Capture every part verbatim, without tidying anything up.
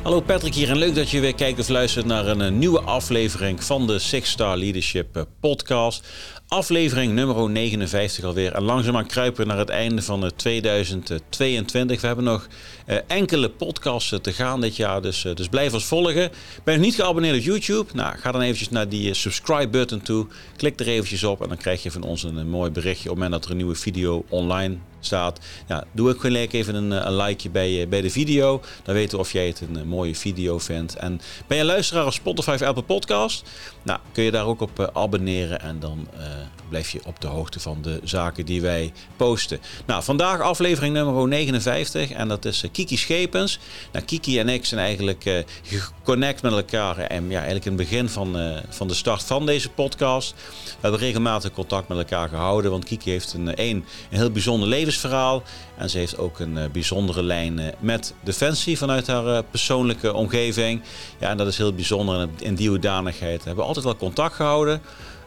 Hallo Patrick hier en leuk dat je weer kijkt of luistert naar een, een nieuwe aflevering van de Six Star Leadership podcast. Aflevering nummer negenenvijftig alweer. En langzaamaan kruipen we naar het einde van tweeduizend tweeëntwintig. We hebben nog uh, enkele podcasts te gaan dit jaar, dus, uh, dus blijf ons volgen. Ben je nog niet geabonneerd op YouTube? Nou, ga dan eventjes naar die uh, subscribe button toe. Klik er eventjes op en dan krijg je van ons een, een mooi berichtje op het moment dat er een nieuwe video online staat. Ja, doe ook gelijk even een, een likeje bij, bij de video. Dan weten we of jij het een, een mooie video vindt. En ben je een luisteraar op Spotify of Apple Podcast? Nou, kun je daar ook op uh, abonneren en dan uh, blijf je op de hoogte van de zaken die wij posten. Nou, vandaag aflevering nummer negenenvijftig en dat is uh, Kiki Schepens. Nou, Kiki en ik zijn eigenlijk uh, geconnect met elkaar en ja, eigenlijk in het begin van, uh, van de start van deze podcast. We hebben regelmatig contact met elkaar gehouden, want Kiki heeft een, een, een heel bijzonder levensverhaal. En ze heeft ook een uh, bijzondere lijn uh, met Defensie vanuit haar uh, persoonlijke omgeving. Ja, en dat is heel bijzonder. En in die hoedanigheid hebben we altijd wel contact gehouden.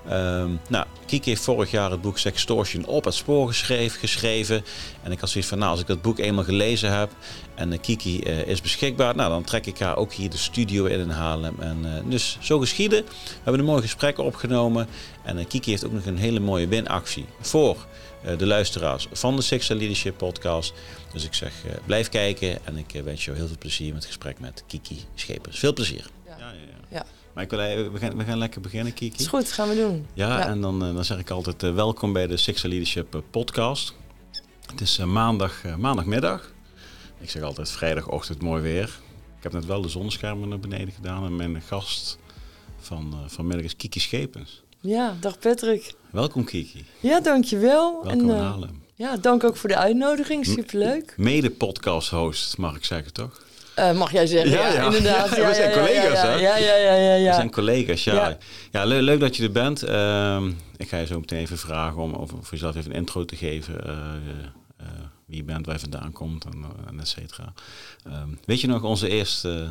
Um, nou, Kiki heeft vorig jaar het boek Sextortion op het spoor geschreven, geschreven. En ik had zoiets van, nou, als ik dat boek eenmaal gelezen heb en uh, Kiki uh, is beschikbaar, nou, dan trek ik haar ook hier de studio in in Haarlem. En uh, dus zo geschieden. We hebben een mooi gesprek opgenomen. En uh, Kiki heeft ook nog een hele mooie winactie voor uh, de luisteraars van de Six Star Leadership podcast. Dus ik zeg, uh, blijf kijken en ik uh, wens jou heel veel plezier met het gesprek met Kiki Schepens. Veel plezier. Ja, ja, ja. ja. Maar ik wil, we, gaan, we gaan lekker beginnen, Kiki. Is goed, gaan we doen. Ja, ja. en dan, dan zeg ik altijd uh, welkom bij de Six Star Leadership uh, podcast. Het is uh, maandag, uh, maandagmiddag. Ik zeg altijd vrijdagochtend mooi weer. Ik heb net wel de zonneschermen naar beneden gedaan. En mijn gast van uh, vanmiddag is Kiki Schepens. Ja, dag Patrick. Welkom, Kiki. Ja, dankjewel. Welkom in uh, Haarlem. Ja, dank ook voor de uitnodiging. Superleuk. Mede podcast host, mag ik zeggen, toch? Uh, mag jij zeggen, ja, ja, ja. inderdaad. Ja, we zijn ja, collega's, ja, hè? Ja, ja, ja, ja, ja. We zijn collega's, ja. Ja, ja. ja le- leuk dat je er bent. Uh, ik ga je zo meteen even vragen om over, voor jezelf even een intro te geven. Uh, uh, wie je bent, waar je vandaan komt en, en et cetera. Uh, weet je nog onze eerste uh,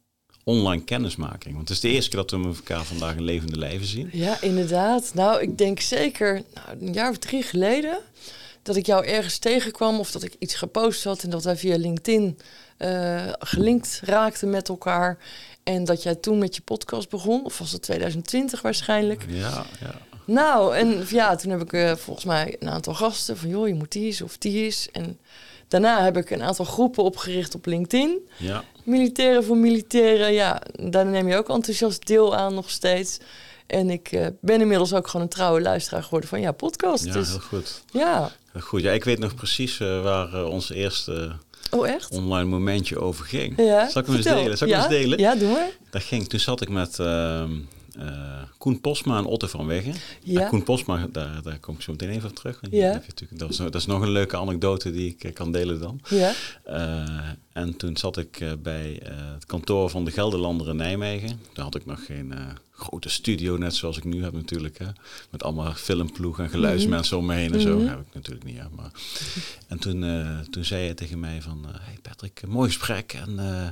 online kennismaking? Want het is de eerste keer dat we elkaar vandaag in levende lijven zien. Ja, inderdaad. Nou, ik denk zeker nou, een jaar of drie geleden dat ik jou ergens tegenkwam of dat ik iets gepost had en dat wij via LinkedIn uh, gelinkt raakten met elkaar. En dat jij toen met je podcast begon, of was het tweeduizend twintig waarschijnlijk? Ja, ja. Nou, en ja, toen heb ik uh, volgens mij een aantal gasten van, joh, je moet die eens of die eens. En daarna heb ik een aantal groepen opgericht op LinkedIn. Ja. Militairen voor militairen, ja, daar neem je ook enthousiast deel aan nog steeds. En ik uh, ben inmiddels ook gewoon een trouwe luisteraar geworden van, ja, podcast. Ja, dus, heel goed. Ja. Heel goed. Ja, ik weet nog precies uh, waar uh, ons eerste oh, echt? online momentje over ging. Ja. Zal ik hem eens delen? Zal ik ja? hem eens delen? Ja, doe maar. Dat ging, toen zat ik met uh, uh, Koen Posma en Otto van Weggen. Ja. En Koen Posma, daar, daar kom ik zo meteen even op terug. Ja. Dat, heb je dat, is, dat is nog een leuke anekdote die ik uh, kan delen dan. Ja. Uh, en toen zat ik uh, bij uh, het kantoor van de Gelderlander in Nijmegen. Daar had ik nog geen uh, grote studio, net zoals ik nu heb natuurlijk. Hè. Met allemaal filmploeg en geluidsmensen mm-hmm. om me heen en zo. Mm-hmm. Heb ik natuurlijk niet. Ja, maar. En toen, uh, toen zei hij tegen mij van, uh, hey Patrick, mooi gesprek en... Uh,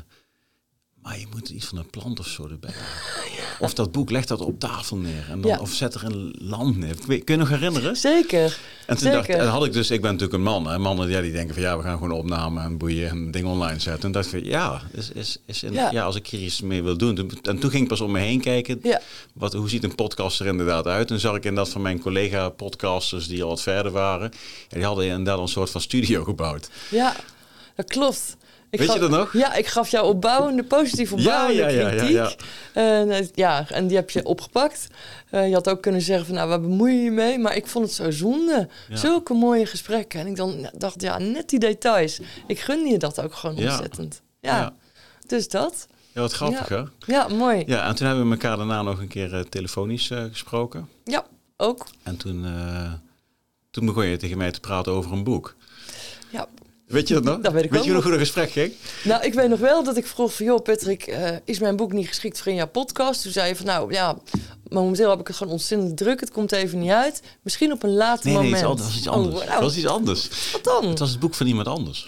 maar je moet iets van een plant of zo erbij. Ja. Of dat boek, leg dat op tafel neer. En dan, ja. Of zet er een land neer. Kun je je nog herinneren? Zeker. En toen Zeker. dacht en had ik dus, ik ben natuurlijk een man. Hè. Mannen ja, die denken van ja, we gaan gewoon opname en boeien en ding online zetten. En dacht ik van ja, is, is, is in, ja. ja, als ik hier iets mee wil doen. En toen ging ik pas om me heen kijken. Ja. Wat, hoe ziet een podcast er inderdaad uit? Toen zag ik inderdaad van mijn collega podcasters die al wat verder waren. En die hadden inderdaad een soort van studio gebouwd. Ja, dat klopt. Ik Weet gaf, je dat nog? Ja, ik gaf jou opbouwende, positief opbouwende ja, ja, kritiek. Ja, ja, ja. Uh, ja, en die heb je opgepakt. Uh, je had ook kunnen zeggen van, nou, waar bemoei je je mee? Maar ik vond het zo zonde. Ja. Zulke mooie gesprekken. En ik dan dacht, ja, net die details. Ik gun je dat ook gewoon ja. ontzettend. Ja. ja, dus dat. Ja, wat grappig, ja. hè? Ja, mooi. Ja, en toen hebben we elkaar daarna nog een keer uh, telefonisch uh, gesproken. Ja, ook. En toen, uh, toen begon je tegen mij te praten over een boek. Ja. Weet je dat nog? Dat weet ik weet ook je nog nog hoe dat gesprek ging? Nou, ik weet nog wel dat ik vroeg van... joh, Patrick, uh, is mijn boek niet geschikt voor in jouw podcast? Toen zei je van, nou ja, momenteel heb ik het gewoon ontzettend druk. Het komt even niet uit. Misschien op een later nee, moment. Nee, het was iets anders. Oh, nou, het was iets anders. Wat dan? Het was het boek van iemand anders.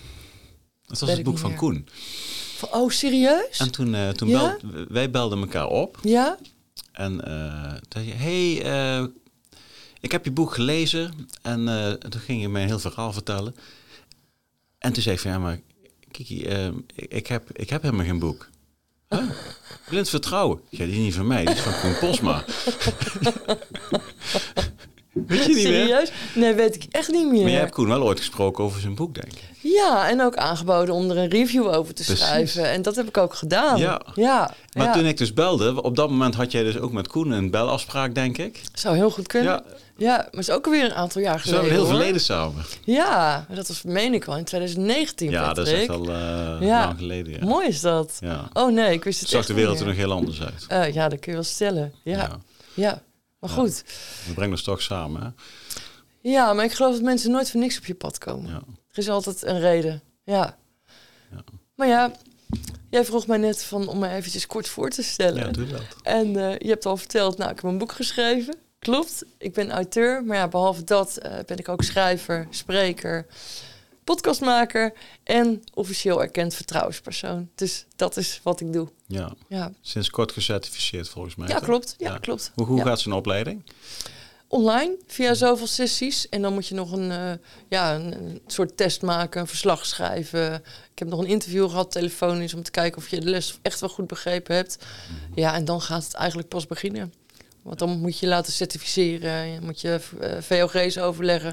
Het was weet het boek van meer. Koen. Van, oh, serieus? En toen, uh, toen ja? bel, wij belden elkaar op. Ja? En uh, toen zei je, hey, uh, ik heb je boek gelezen. En uh, toen ging je mij een heel verhaal vertellen. En toen zei ik van, ja, maar Kiki, uh, ik, ik, heb, ik heb helemaal geen boek. Huh? Blind vertrouwen. Ja, die is niet van mij, die is van Koen Posma. Weet je niet Serieus? meer? Nee, weet ik echt niet meer. Maar jij hebt Koen wel ooit gesproken over zijn boek, denk ik. Ja, en ook aangeboden om er een review over te Precies. schrijven. En dat heb ik ook gedaan. Ja. ja Maar ja. toen ik dus belde, op dat moment had jij dus ook met Koen een belafspraak, denk ik. Zou heel goed kunnen. Ja. Ja, maar is ook alweer een aantal jaar Zo geleden. heel hoor. verleden samen. Ja, maar dat was, meen ik al, in twintig negentien. Ja, Patrick. dat is echt al uh, Ja. lang geleden. Ja. Mooi is dat. Ja. Oh nee, ik wist het Zag echt de wereld niet er meer. nog heel anders uit. Uh, ja, dat kun je wel stellen. Ja, ja. Ja. maar Ja. goed. We brengen ons toch samen, hè? Ja, maar ik geloof dat mensen nooit voor niks op je pad komen. Ja. Er is altijd een reden. Ja. Ja. Maar ja, jij vroeg mij net van om me eventjes kort voor te stellen. Ja, doe dat. En uh, je hebt al verteld, nou, ik heb een boek geschreven. Klopt, ik ben auteur. Maar ja, behalve dat uh, ben ik ook schrijver, spreker, podcastmaker en officieel erkend vertrouwenspersoon. Dus dat is wat ik doe. Ja. Ja, Sinds kort gecertificeerd, volgens mij. ja toch? klopt. Ja, Ja. klopt. Hoe, hoe Ja. gaat zijn opleiding? Online, via zoveel sessies. En dan moet je nog een, uh, ja, een, een soort test maken, een verslag schrijven. Ik heb nog een interview gehad, telefonisch, om te kijken of je de les echt wel goed begrepen hebt. Mm-hmm. Ja, en dan gaat het eigenlijk pas beginnen. Want dan moet je laten certificeren, je moet je uh, V O G's overleggen.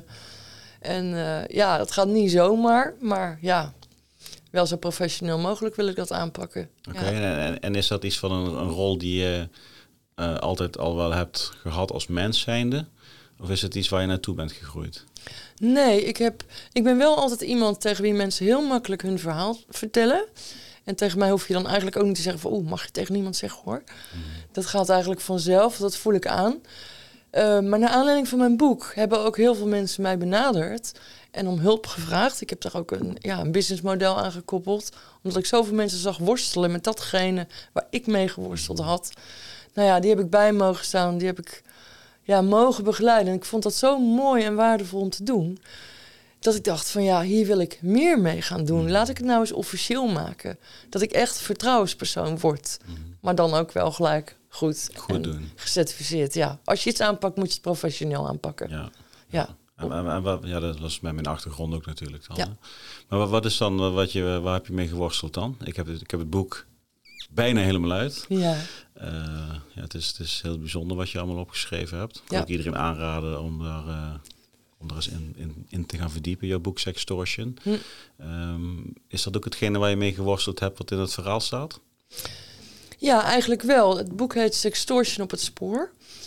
En uh, ja, dat gaat niet zomaar, maar ja, wel zo professioneel mogelijk wil ik dat aanpakken. Oké, okay, ja. en, en is dat iets van een, een rol die je uh, altijd al wel hebt gehad als mens zijnde? Of is het iets waar je naartoe bent gegroeid? Nee, ik, heb, ik ben wel altijd iemand tegen wie mensen heel makkelijk hun verhaal vertellen. En tegen mij hoef je dan eigenlijk ook niet te zeggen van... oeh, mag je tegen niemand zeggen hoor. Mm. Dat gaat eigenlijk vanzelf, dat voel ik aan. Uh, maar naar aanleiding van mijn boek hebben ook heel veel mensen mij benaderd... en om hulp gevraagd. Ik heb daar ook een, ja, een businessmodel aan gekoppeld... omdat ik zoveel mensen zag worstelen met datgene waar ik mee geworsteld had. Nou ja, die heb ik bij mogen staan, die heb ik ja, mogen begeleiden. En ik vond dat zo mooi en waardevol om te doen... dat ik dacht van ja, hier wil ik meer mee gaan doen. Laat ik het nou eens officieel maken. Dat ik echt vertrouwenspersoon word. Mm-hmm. Maar dan ook wel gelijk goed, goed doen. Gecertificeerd, ja. Als je iets aanpakt, moet je het professioneel aanpakken. Ja. Ja. En, en, en wat, ja, dat was met mijn achtergrond ook natuurlijk dan. Ja. Hè? Maar wat, wat is dan, wat je, waar heb je mee geworsteld dan? Ik heb het, ik heb het boek bijna helemaal uit. Ja. Uh, ja, het, is, het is heel bijzonder wat je allemaal opgeschreven hebt. Ik ja. wil ik iedereen aanraden om daar... Uh, om er eens in, in, in te gaan verdiepen, jouw boek Sextortion. Hm. Um, is dat ook hetgene waar je mee geworsteld hebt wat in het verhaal staat? Ja, eigenlijk wel. Het boek heet Sextortion op het spoor.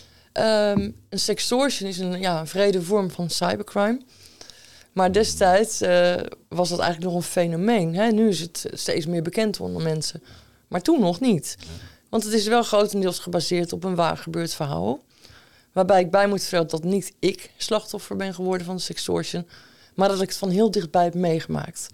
Um, een sextortion is een, ja, een vrede vorm van cybercrime. Maar destijds uh, was dat eigenlijk nog een fenomeen. Hè? Nu is het steeds meer bekend onder mensen. Maar toen nog niet. Ja. Want het is wel grotendeels gebaseerd op een waar gebeurd verhaal. Waarbij ik bij moet vertellen dat niet ik slachtoffer ben geworden van sextortion, maar dat ik het van heel dichtbij heb meegemaakt.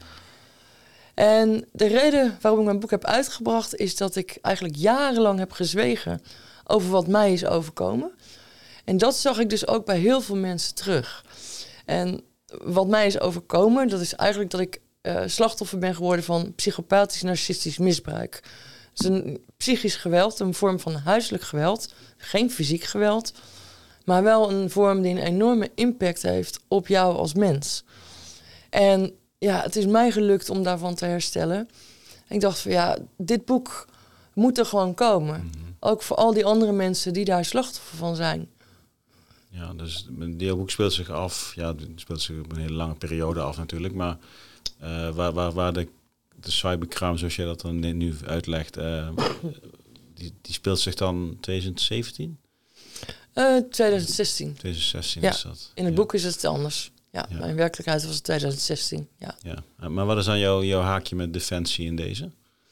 En de reden waarom ik mijn boek heb uitgebracht is dat ik eigenlijk jarenlang heb gezwegen over wat mij is overkomen. En dat zag ik dus ook bij heel veel mensen terug. En wat mij is overkomen, dat is eigenlijk dat ik uh, slachtoffer ben geworden van psychopathisch narcistisch misbruik. Het is een psychisch geweld, een vorm van huiselijk geweld, geen fysiek geweld. Maar wel een vorm die een enorme impact heeft op jou als mens. En ja, het is mij gelukt om daarvan te herstellen. En ik dacht van ja, dit boek moet er gewoon komen. Mm-hmm. Ook voor al die andere mensen die daar slachtoffer van zijn. Ja, dus dit boek speelt zich af. Ja, het speelt zich op een hele lange periode af natuurlijk. Maar uh, waar, waar, waar de, de cybercrime, zoals jij dat dan nu uitlegt... Uh, die, die speelt zich dan twintig zeventien? Uh, twintig zestien. twintig zestien ja, is dat. In het ja. boek is het anders. Ja, ja. Maar in werkelijkheid was het twintig zestien. Ja. Ja. Maar wat is dan jouw, jouw haakje met defensie in deze?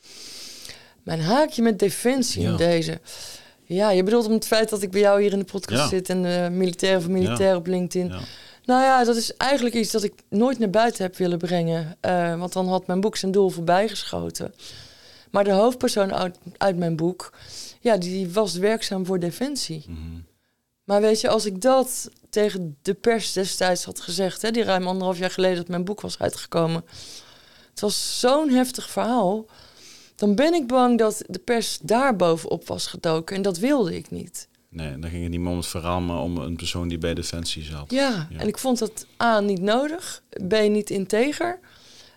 Mijn haakje met defensie ja. in deze? Ja, je bedoelt om het feit dat ik bij jou hier in de podcast ja. zit... en uh, militair of militair ja. op LinkedIn. Ja. Nou ja, dat is eigenlijk iets dat ik nooit naar buiten heb willen brengen. Uh, want dan had mijn boek zijn doel voorbij geschoten. Maar de hoofdpersoon uit, uit mijn boek... ja, die was werkzaam voor defensie. Mm-hmm. Maar weet je, als ik dat tegen de pers destijds had gezegd... Hè, die ruim anderhalf jaar geleden dat mijn boek was uitgekomen... het was zo'n heftig verhaal... dan ben ik bang dat de pers daar bovenop was gedoken. En dat wilde ik niet. Nee, dan ging het niet meer om het verhaal... maar om een persoon die bij Defensie zat. Ja, ja. En ik vond dat A, niet nodig. B, niet integer.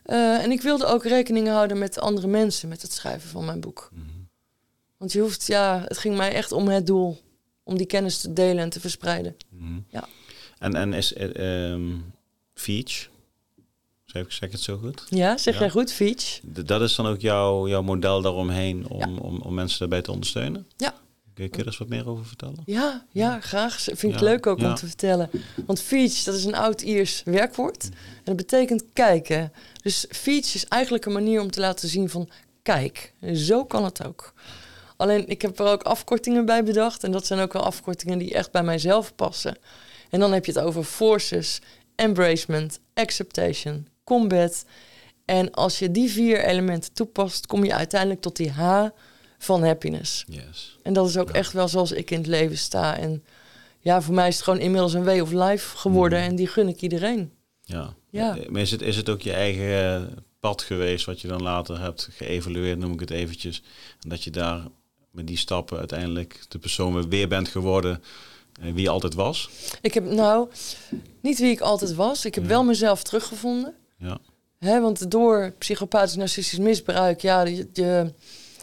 Uh, en ik wilde ook rekening houden met andere mensen met het schrijven van mijn boek. Mm-hmm. Want je hoeft, ja, het ging mij echt om het doel. Om die kennis te delen en te verspreiden. Mm-hmm. Ja. En, en is uh, um, Feach, zeg ik zeg het zo goed? Ja, zeg ja. jij goed, Feach. D- dat is dan ook jouw, jouw model daaromheen om, ja. om, om mensen daarbij te ondersteunen? Ja. Kun je er eens wat meer over vertellen? Ja, ja, graag. Vind ik ja. leuk ook ja. om te vertellen. Want Feach, dat is een oud-Iers werkwoord. Mm. En dat betekent kijken. Dus Feach is eigenlijk een manier om te laten zien van... kijk, zo kan het ook. Alleen, ik heb er ook afkortingen bij bedacht. En dat zijn ook wel afkortingen die echt bij mijzelf passen. En dan heb je het over forces, embracement, acceptation, combat. En als je die vier elementen toepast... kom je uiteindelijk tot die H... van happiness. Yes. En dat is ook ja. echt wel zoals ik in het leven sta. En ja, voor mij is het gewoon inmiddels een way of life geworden. Mm. En die gun ik iedereen. Ja. ja. Maar is het, is het ook je eigen pad geweest... wat je dan later hebt geëvalueerd, noem ik het eventjes. En dat je daar met die stappen uiteindelijk... de persoon weer bent geworden wie je altijd was? Ik heb nou niet wie ik altijd was. Ik heb ja. wel mezelf teruggevonden. Ja. Hè, want door psychopathisch narcistisch misbruik... ja, je... je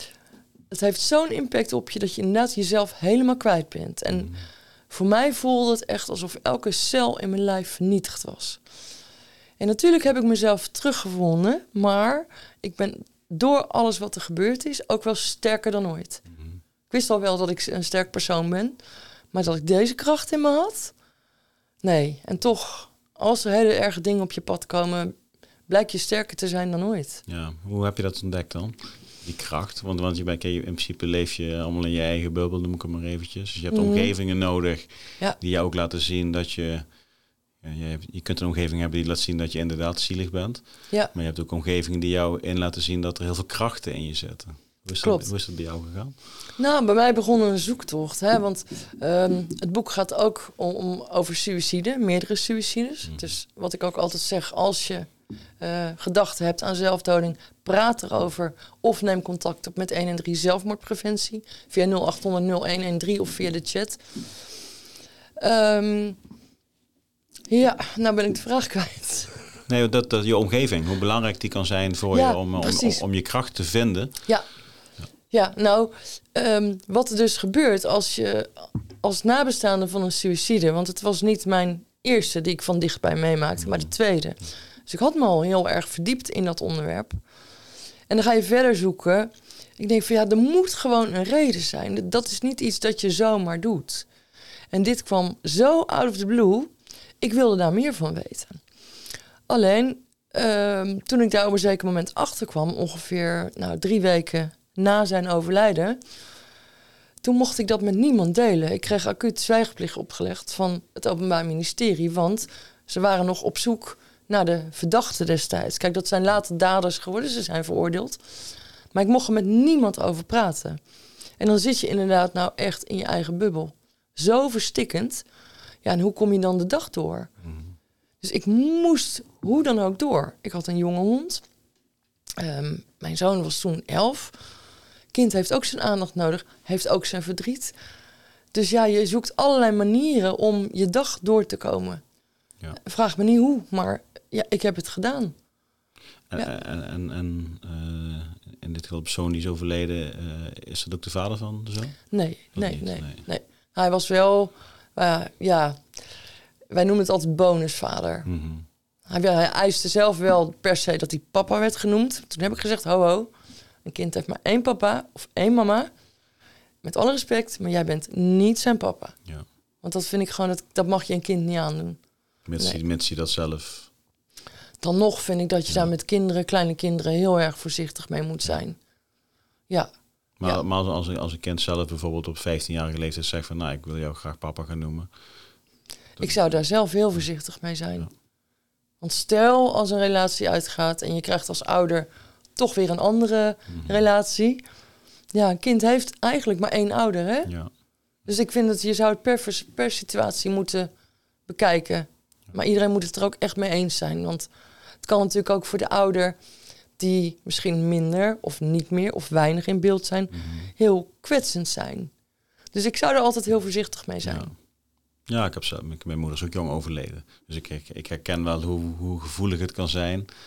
het heeft zo'n impact op je dat je inderdaad jezelf helemaal kwijt bent. En mm. voor mij voelde het echt alsof elke cel in mijn lijf vernietigd was. En natuurlijk heb ik mezelf teruggevonden, maar ik ben door alles wat er gebeurd is ook wel sterker dan ooit. Mm. Ik wist al wel dat ik een sterk persoon ben, maar dat ik deze kracht in me had? Nee. En toch, als er hele erge dingen op je pad komen, blijkt je sterker te zijn dan ooit. Ja, hoe heb je dat ontdekt dan? Die kracht, want, want je bent, in principe leef je allemaal in je eigen bubbel, noem ik het maar eventjes. Dus je hebt mm-hmm. omgevingen nodig ja. die je ook laten zien dat je, ja, je... Je kunt een omgeving hebben die laat zien dat je inderdaad zielig bent. Ja. Maar je hebt ook omgevingen die jou in laten zien dat er heel veel krachten in je zitten. Hoe is, dat, hoe is dat bij jou gegaan? Nou, bij mij begon een zoektocht. Hè? Want um, het boek gaat ook om, om over suïcide, meerdere suïcides. Mm. Dus wat ik ook altijd zeg, als je uh, gedachten hebt aan zelfdoding, praat erover of neem contact op met een en drie zelfmoordpreventie via nul acht honderd nul een een drie of via de chat. Um, ja, nou ben ik de vraag kwijt. Nee, dat, dat je omgeving, hoe belangrijk die kan zijn voor ja, je om, om, om, om je kracht te vinden. Ja, ja. ja nou, um, wat er dus gebeurt als je als nabestaande van een suïcide, want het was niet mijn eerste die ik van dichtbij meemaakte, maar de tweede. Dus ik had me al heel erg verdiept in dat onderwerp. En dan ga je verder zoeken. Ik denk van ja, er moet gewoon een reden zijn. Dat is niet iets dat je zomaar doet. En dit kwam zo out of the blue. Ik wilde daar meer van weten. Alleen, uh, toen ik daar op een zeker moment achter kwam, ongeveer nou, drie weken na zijn overlijden, toen mocht ik dat met niemand delen. Ik kreeg acuut zwijgplicht opgelegd van het Openbaar Ministerie, want ze waren nog op zoek naar de verdachte destijds. Kijk, dat zijn later daders geworden, ze zijn veroordeeld. Maar ik mocht er met niemand over praten. En dan zit je inderdaad nou echt in je eigen bubbel. Zo verstikkend. Ja, en hoe kom je dan de dag door? Mm. Dus ik moest hoe dan ook door. Ik had een jonge hond. Um, mijn zoon was toen elf. Kind heeft ook zijn aandacht nodig. Heeft ook zijn verdriet. Dus ja, je zoekt allerlei manieren om je dag door te komen. Ja. Vraag me niet hoe, maar ja, ik heb het gedaan. En, ja. en, en, en uh, in dit geval persoon die is overleden, uh, is dat ook de vader van de zoon? Nee, nee, nee, nee, nee. Hij was wel, uh, ja, wij noemen het altijd bonusvader. Mm-hmm. Hij, hij eiste zelf wel per se dat hij papa werd genoemd. Toen heb ik gezegd, ho ho, een kind heeft maar één papa of één mama. Met alle respect, maar jij bent niet zijn papa. Ja. Want dat vind ik gewoon, dat, dat mag je een kind niet aandoen. Mits nee. je dat zelf... Dan nog vind ik dat je ja. daar met kinderen, kleine kinderen, heel erg voorzichtig mee moet zijn. Ja. Maar, ja. maar als, als, als een kind zelf bijvoorbeeld op vijftienjarige leeftijd zegt van, nou, ik wil jou graag papa gaan noemen. Dat... Ik zou daar zelf heel voorzichtig mee zijn. Ja. Want stel als een relatie uitgaat en je krijgt als ouder toch weer een andere mm-hmm. relatie. Ja, een kind heeft eigenlijk maar één ouder, hè? Ja. Dus ik vind dat je zou het per, per situatie moeten bekijken. Ja. Maar iedereen moet het er ook echt mee eens zijn. Want het kan natuurlijk ook voor de ouder die misschien minder of niet meer of weinig in beeld zijn, mm-hmm. heel kwetsend zijn. Dus ik zou er altijd heel voorzichtig mee zijn. Ja, ja ik heb zelf, mijn moeder is ook jong overleden. Dus ik, ik, ik herken wel hoe, hoe gevoelig het kan zijn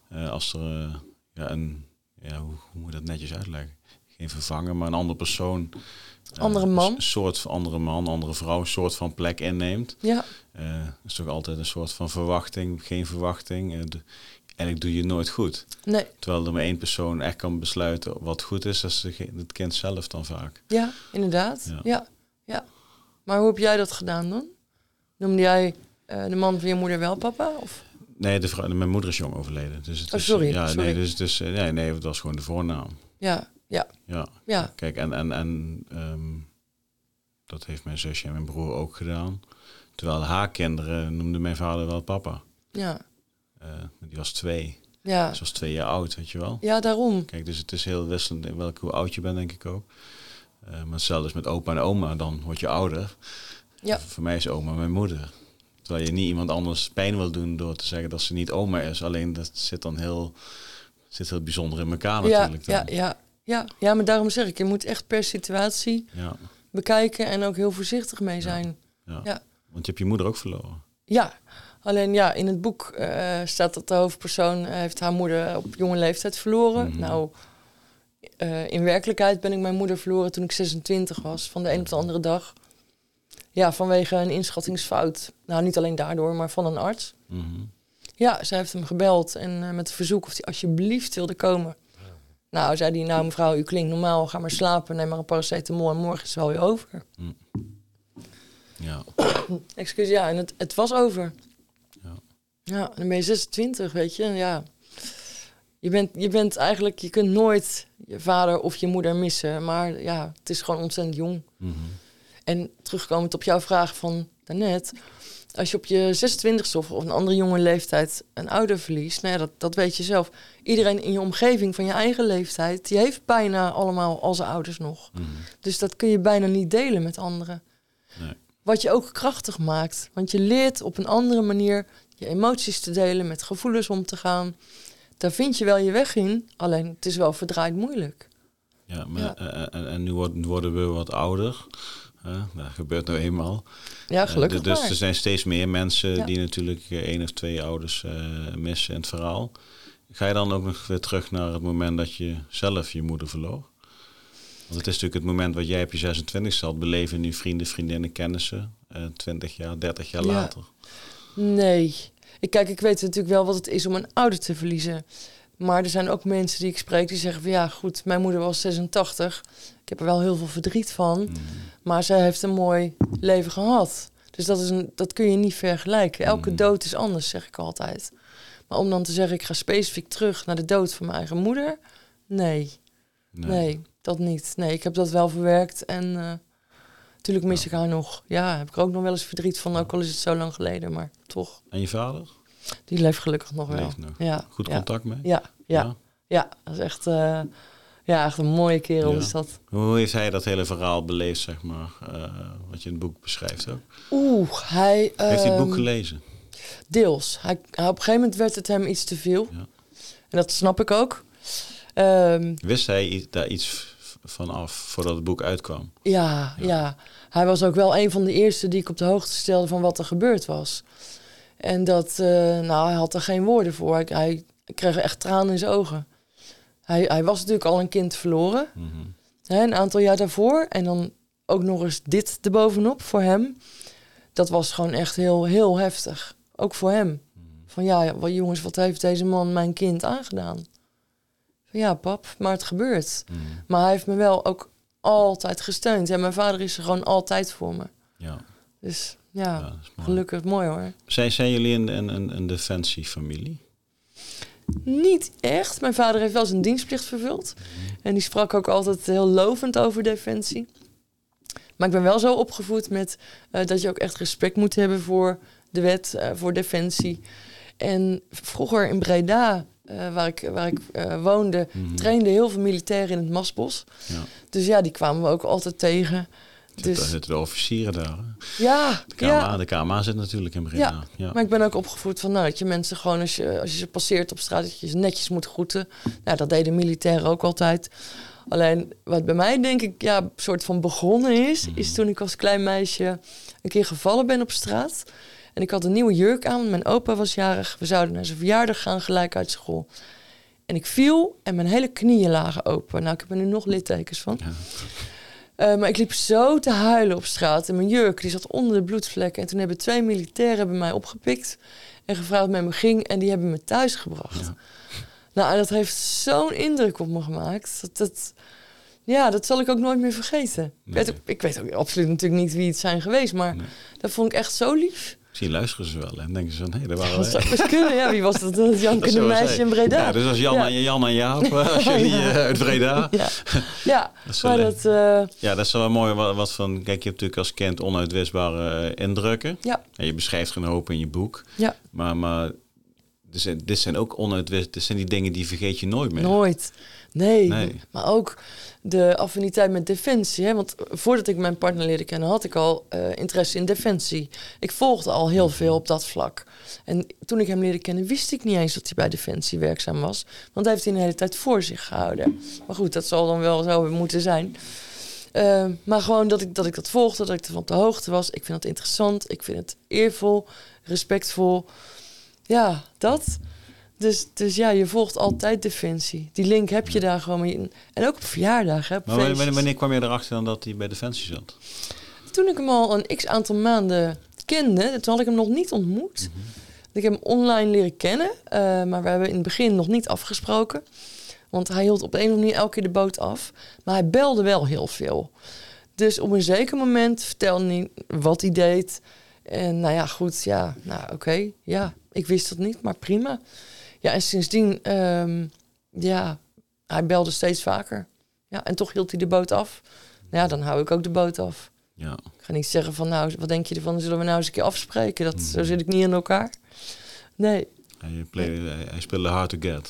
Uh, als er uh, ja, een, ja, hoe, hoe moet je dat netjes uitleggen? Geen vervanger, maar een andere persoon. Uh, andere man. Een soort van andere man, andere vrouw, een soort van plek inneemt. Ja. Uh, is toch altijd een soort van verwachting, geen verwachting. Uh, de, eigenlijk doe je het nooit goed. Nee. Terwijl er maar één persoon echt kan besluiten wat goed is, dat is de, het kind zelf dan vaak. Ja, inderdaad. Ja. Ja. ja. Maar hoe heb jij dat gedaan dan? Noemde jij uh, de man van je moeder wel papa? Of? Nee, de vrouw, mijn moeder is jong overleden. Dus het oh, sorry. Is, ja, sorry. Nee, dus, dus, nee, nee, dat was gewoon de voornaam. Ja, ja. Ja. ja. Kijk, en, en, en um, dat heeft mijn zusje en mijn broer ook gedaan. Terwijl haar kinderen noemde mijn vader wel papa. Ja. Uh, die was twee. Ja. Ze was twee jaar oud, weet je wel. Ja, daarom. Kijk, dus het is heel wisselend in welke hoe oud je bent, denk ik ook. Uh, maar hetzelfde is met opa en oma, dan word je ouder. Ja. Voor mij is oma mijn moeder. Terwijl je niet iemand anders pijn wil doen door te zeggen dat ze niet oma is. Alleen dat zit dan heel, zit heel bijzonder in elkaar ja, natuurlijk. Dan. Ja, ja, ja. ja, maar daarom zeg ik, je moet echt per situatie ja. bekijken en ook heel voorzichtig mee zijn. Ja, ja. Ja. Want je hebt je moeder ook verloren. Ja, alleen ja, in het boek uh, staat dat de hoofdpersoon uh, heeft haar moeder op jonge leeftijd verloren. Mm-hmm. Nou, uh, in werkelijkheid ben ik mijn moeder verloren toen ik zesentwintig was, van de een op de andere dag. Ja, vanwege een inschattingsfout. Nou, niet alleen daardoor, maar van een arts. Mm-hmm. Ja, zij heeft hem gebeld en uh, met een verzoek of hij alsjeblieft wilde komen. Ja. Nou, zei hij, nou mevrouw, u klinkt normaal, ga maar slapen, neem maar een paracetamol en morgen is het wel weer over. Mm. Ja. Excuus, ja, en het, het was over. Ja. Ja, dan ben je zesentwintig, weet je, ja. Je bent, je bent eigenlijk, je kunt nooit je vader of je moeder missen, maar ja, het is gewoon ontzettend jong. Mm-hmm. En terugkomend op jouw vraag van daarnet, als je op je zesentwintigste of een andere jonge leeftijd een ouder verliest, nou ja, dat, dat weet je zelf. Iedereen in je omgeving van je eigen leeftijd, die heeft bijna allemaal al zijn ouders nog. Mm-hmm. Dus dat kun je bijna niet delen met anderen. Nee. Wat je ook krachtig maakt. Want je leert op een andere manier je emoties te delen, met gevoelens om te gaan. Daar vind je wel je weg in, alleen het is wel verdraaid moeilijk. Ja, maar Ja. En, en, en nu worden we wat ouder. Uh, dat gebeurt nou eenmaal. Ja, gelukkig uh, Dus maar. er zijn steeds meer mensen Ja. die natuurlijk uh, één of twee ouders uh, missen in het verhaal. Ga je dan ook nog weer terug naar het moment dat je zelf je moeder verloor? Want het is natuurlijk het moment wat jij op je zesentwintigste had beleven nu vrienden, vriendinnen, kennissen. Uh, twintig jaar, dertig jaar Ja. later. Nee. Ik, kijk, ik weet natuurlijk wel wat het is om een ouder te verliezen. Maar er zijn ook mensen die ik spreek die zeggen van ja, goed, mijn moeder was zesentachtig. Ik heb er wel heel veel verdriet van. Mm. Maar zij heeft een mooi leven gehad. Dus dat, is een, dat kun je niet vergelijken. Elke Mm. dood is anders, zeg ik altijd. Maar om dan te zeggen, ik ga specifiek terug naar de dood van mijn eigen moeder. Nee, nee, nee dat niet. Nee, ik heb dat wel verwerkt. En uh, natuurlijk mis ja. ik haar nog. Ja, heb ik er ook nog wel eens verdriet van. Ook al is het zo lang geleden, maar toch. En je vader? Die leeft gelukkig nog wel. Leeft nog. Ja, goed ja. contact mee? Ja, ja, ja. ja, dat is echt, uh, ja, echt een mooie kerel ja. is dat. Hoe heeft hij dat hele verhaal beleefd, zeg maar, uh, wat je in het boek beschrijft ook? Oeh, hij... Heeft hij het boek um, gelezen? Deels. Hij, hij, op een gegeven moment werd het hem iets te veel. Ja. En dat snap ik ook. Um, Wist hij daar iets van af voordat het boek uitkwam? Ja, ja, ja. Hij was ook wel een van de eerste die ik op de hoogte stelde van wat er gebeurd was. En dat, uh, nou, hij had er geen woorden voor. Hij, hij kreeg echt tranen in zijn ogen. Hij, hij was natuurlijk al een kind verloren. Mm-hmm. Hè, een aantal jaar daarvoor. En dan ook nog eens dit erbovenop voor hem. Dat was gewoon echt heel, heel heftig. Ook voor hem. Mm-hmm. Van ja, wat, jongens, wat heeft deze man mijn kind aangedaan? Van ja, pap, maar het gebeurt. Mm-hmm. Maar hij heeft me wel ook altijd gesteund. En mijn vader is er gewoon altijd voor me. Ja. Dus ja, ja mooi. Gelukkig mooi hoor. Zijn, zijn jullie een, een, een, een defensiefamilie? Niet echt. Mijn vader heeft wel zijn dienstplicht vervuld. Mm-hmm. En die sprak ook altijd heel lovend over defensie. Maar ik ben wel zo opgevoed met uh, dat je ook echt respect moet hebben voor de wet, uh, voor defensie. En vroeger in Breda, uh, waar ik, waar ik uh, woonde, mm-hmm. trainden heel veel militairen in het Mastbos. Ja. Dus ja, die kwamen we ook altijd tegen. Zit, dus... zitten de officieren daar. Hè? Ja, de K M A, ja. De K M A zit natuurlijk in Breda. Ja, ja. Maar ik ben ook opgevoed van nou, dat je mensen gewoon, als je, als je ze passeert op straat, dat je ze netjes moet groeten. Nou, dat deden militairen ook altijd. Alleen wat bij mij denk ik ja, een soort van begonnen is, mm-hmm. is toen ik als klein meisje een keer gevallen ben op straat. En ik had een nieuwe jurk aan. Mijn opa was jarig. We zouden naar zijn verjaardag gaan, gelijk uit school. En ik viel en mijn hele knieën lagen open. Nou, ik heb er nu nog littekens van. Ja. Uh, maar ik liep zo te huilen op straat. En mijn jurk die zat onder de bloedvlekken. En toen hebben twee militairen hebben mij opgepikt. En gevraagd wat met me ging. En die hebben me thuis gebracht. Ja. Nou, en dat heeft zo'n indruk op me gemaakt. Dat, dat, ja, dat zal ik ook nooit meer vergeten. Nee. Ik, weet ook, ik weet ook absoluut natuurlijk niet wie het zijn geweest. Maar nee. Dat vond ik echt zo lief. Misschien luisteren ze wel en denken ze van, hé, hey, daar waren we. Dat zou best kunnen, ja. Wie was dat? Dat jankende meisje in Breda. Ja, dus als Jan, ja. en, Jan en Jaap, als jullie uh, uit Breda. Ja, ja dat maar dat... Uh... Ja, dat is wel mooi. Wat, wat van, kijk, je hebt natuurlijk als kind onuitwisbare uh, indrukken. Ja. En je beschrijft er een hoop in je boek. Ja. Maar, maar dit zijn, dit zijn ook onuitwisbare, dit zijn die dingen die vergeet je nooit meer. Nooit. Nee, nee. Maar ook de affiniteit met defensie. Hè? Want voordat ik mijn partner leerde kennen, had ik al uh, interesse in defensie. Ik volgde al heel veel op dat vlak. En toen ik hem leerde kennen, wist ik niet eens dat hij bij defensie werkzaam was. Want hij heeft hij een hele tijd voor zich gehouden. Maar goed, dat zal dan wel zo moeten zijn. Uh, maar gewoon dat ik, dat ik dat volgde, dat ik ervan op de hoogte was. Ik vind dat interessant, ik vind het eervol, respectvol. Ja, dat... Dus, dus ja, je volgt altijd Defensie. Die link heb je daar gewoon in. En ook op verjaardagen. Maar wanneer, wanneer kwam je erachter dan dat hij bij Defensie zat? Toen ik hem al een x-aantal maanden kende, toen had ik hem nog niet ontmoet. Mm-hmm. Ik heb hem online leren kennen, uh, maar we hebben in het begin nog niet afgesproken. Want hij hield op de een of andere manier elke keer de boot af. Maar hij belde wel heel veel. Dus op een zeker moment vertelde hij wat hij deed. En nou ja, goed, ja, nou oké, okay, ja, ik wist dat niet, maar prima. Ja, en sindsdien, um, ja, hij belde steeds vaker. Ja, en toch hield hij de boot af. Nou ja, dan hou ik ook de boot af. Ja. Ik ga niet zeggen van, nou, wat denk je ervan? Zullen we nou eens een keer afspreken? Dat, mm. Zo zit ik niet in elkaar. Nee. Hij, play, nee. hij speelde hard to get.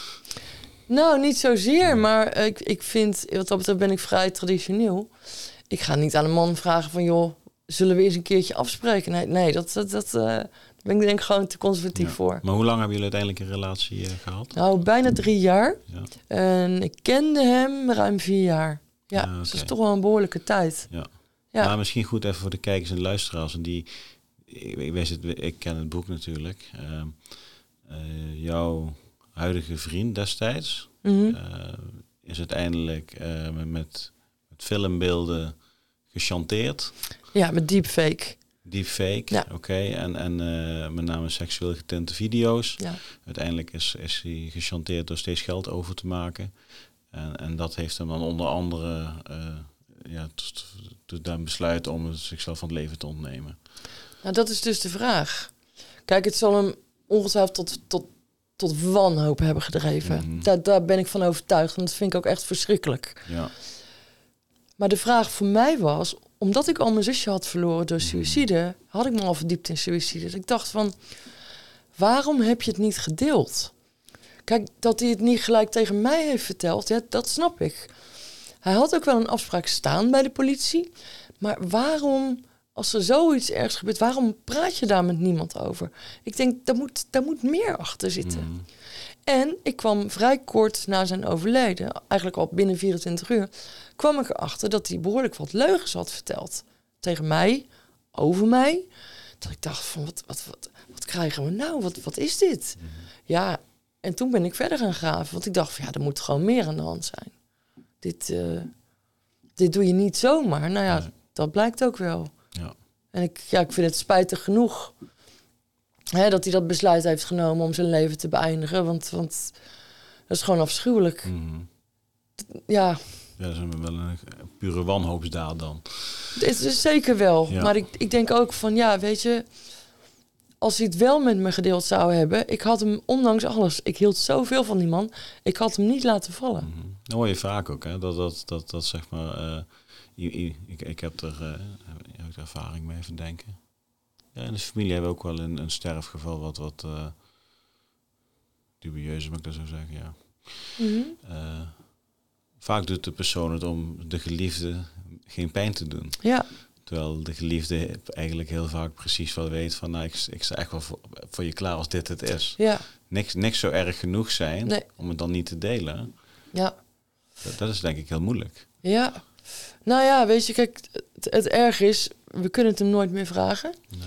Nou, niet zozeer, nee. maar ik, ik vind, wat dat betreft ben ik vrij traditioneel. Ik ga niet aan een man vragen van, joh, zullen we eens een keertje afspreken? Nee, nee dat... dat, dat uh, Daar ben ik denk ik gewoon te conservatief ja. voor. Maar hoe lang hebben jullie uiteindelijk een relatie uh, gehad? Nou, bijna drie jaar. Ja. En ik kende hem ruim vier jaar. Ja, ja okay. Dus dat is toch wel een behoorlijke tijd. Ja. Ja. Maar misschien goed even voor de kijkers en luisteraars. En die, ik, ik, weet het, ik ken het boek natuurlijk. Uh, uh, jouw huidige vriend destijds mm-hmm. uh, is uiteindelijk uh, met, met filmbeelden gechanteerd. Ja, met deepfake. Deepfake, ja. oké. Okay. En, en uh, met name seksueel getinte video's. Ja. Uiteindelijk is, is hij gechanteerd door steeds geld over te maken. En, en dat heeft hem dan onder andere uh, ja, tot, tot dan besluiten om zichzelf van het leven te ontnemen. Nou, dat is dus de vraag. Kijk, het zal hem ongetwijfeld tot, tot, tot wanhoop hebben gedreven. Mm-hmm. Daar, daar ben ik van overtuigd. En dat vind ik ook echt verschrikkelijk. Ja. Maar de vraag voor mij was, omdat ik al mijn zusje had verloren door suïcide, had ik me al verdiept in suïcide. Dus ik dacht van, waarom heb je het niet gedeeld? Kijk, dat hij het niet gelijk tegen mij heeft verteld, ja, dat snap ik. Hij had ook wel een afspraak staan bij de politie. Maar waarom, als er zoiets ergs gebeurt, waarom praat je daar met niemand over? Ik denk, daar moet, daar moet meer achter zitten. Mm. En ik kwam vrij kort na zijn overlijden, eigenlijk al binnen vierentwintig uur... kwam ik erachter dat hij behoorlijk wat leugens had verteld. Tegen mij, over mij. Dat ik dacht van, wat, wat, wat, wat krijgen we nou? Wat, wat is dit? Mm. Ja, en toen ben ik verder gaan graven. Want ik dacht van, ja, er moet gewoon meer aan de hand zijn. Dit, uh, dit doe je niet zomaar. Nou ja, nee. Dat blijkt ook wel. Ja. En ik, ja, ik vind het spijtig genoeg... Hè, dat hij dat besluit heeft genomen om zijn leven te beëindigen. Want, want dat is gewoon afschuwelijk. Mm. Ja. Ja, dat is wel een pure wanhoopsdaad dan. Het is zeker wel. Ja. Maar ik, ik denk ook van, ja, weet je... Als hij het wel met me gedeeld zou hebben... Ik had hem, ondanks alles... Ik hield zoveel van die man. Ik had hem niet laten vallen. Mm-hmm. Dat hoor je vaak ook, hè. Dat, dat, dat, dat zeg maar... Uh, ik, ik, ik heb er, uh, heb ik er ervaring mee even denken. Ja, in de familie hebben we ook wel een, een sterfgeval wat wat uh, dubieus, mag ik dat zo zeggen, ja. Mm-hmm. Uh, vaak doet de persoon het om de geliefde geen pijn te doen. Ja. Terwijl de geliefde eigenlijk heel vaak precies wel weet van, nou, ik, ik sta echt wel voor, voor je klaar als dit het is. Ja. Niks, niks zo erg genoeg zijn nee. om het dan niet te delen. Ja. Dat, dat is denk ik heel moeilijk. Ja. Nou ja, weet je, kijk, het, het erg is, we kunnen het hem nooit meer vragen. Nee.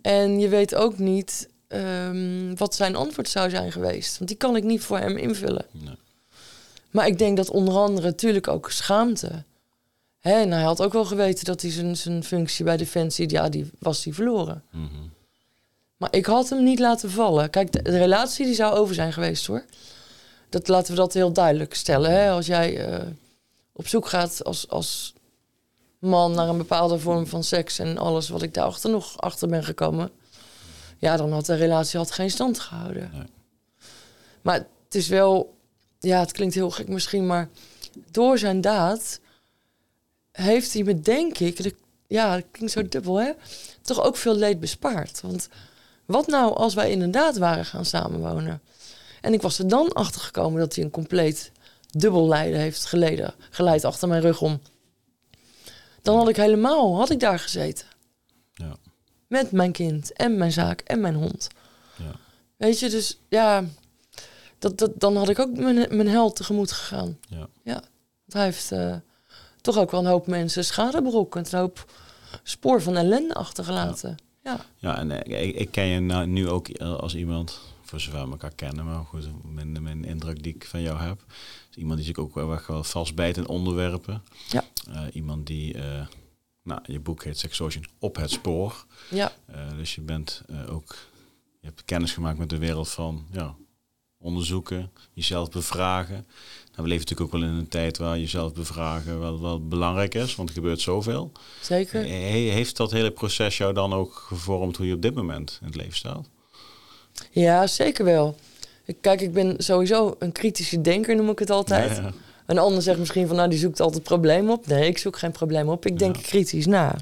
En je weet ook niet um, wat zijn antwoord zou zijn geweest. Want die kan ik niet voor hem invullen. Nee. Maar ik denk dat onder andere natuurlijk ook schaamte. Hè, en hij had ook wel geweten dat hij zijn, zijn functie bij Defensie, ja, die was die verloren. Mm-hmm. Maar ik had hem niet laten vallen. Kijk, de, de relatie die zou over zijn geweest, hoor. Dat laten we dat heel duidelijk stellen. Hè? Als jij uh, op zoek gaat als, als man naar een bepaalde vorm van seks en alles wat ik daarachter nog achter ben gekomen, ja, dan had de relatie had geen stand gehouden. Nee. Maar het is wel, ja, het klinkt heel gek misschien, maar door zijn daad heeft hij me, denk ik, de, ja, dat klinkt zo dubbel, hè, toch ook veel leed bespaard. Want wat nou als wij inderdaad waren gaan samenwonen? En ik was er dan achter gekomen dat hij een compleet dubbel lijden heeft geleden, geleid achter mijn rug om. Dan had ik helemaal, had ik daar gezeten. Ja. Met mijn kind en mijn zaak en mijn hond. Ja. Weet je, dus ja, dat, dat, dan had ik ook mijn, mijn held tegemoet gegaan. Ja. Ja, want hij heeft uh, toch ook wel een hoop mensen schade berokkend, een hoop spoor van ellende achtergelaten. Ja, ja. ja en uh, ik, ik ken je nou, nu ook als iemand, voor zover we elkaar kennen, maar goed, mijn, mijn indruk die ik van jou heb, is iemand die zich ook wel, wel vastbijt in onderwerpen. Ja. Uh, iemand die, uh, nou, je boek heet Sextortion op het spoor. Ja. Uh, dus je bent uh, ook, je hebt kennis gemaakt met de wereld van, ja, onderzoeken, jezelf bevragen. Nou, we leven natuurlijk ook wel in een tijd waar jezelf bevragen wel, wel belangrijk is, want er gebeurt zoveel. Zeker. He, heeft dat hele proces jou dan ook gevormd hoe je op dit moment in het leven staat? Ja, zeker wel. Kijk, ik ben sowieso een kritische denker, noem ik het altijd. Ja, ja. Een ander zegt misschien van, nou, die zoekt altijd problemen op. Nee, ik zoek geen problemen op. Ik denk ja. kritisch na. Uh,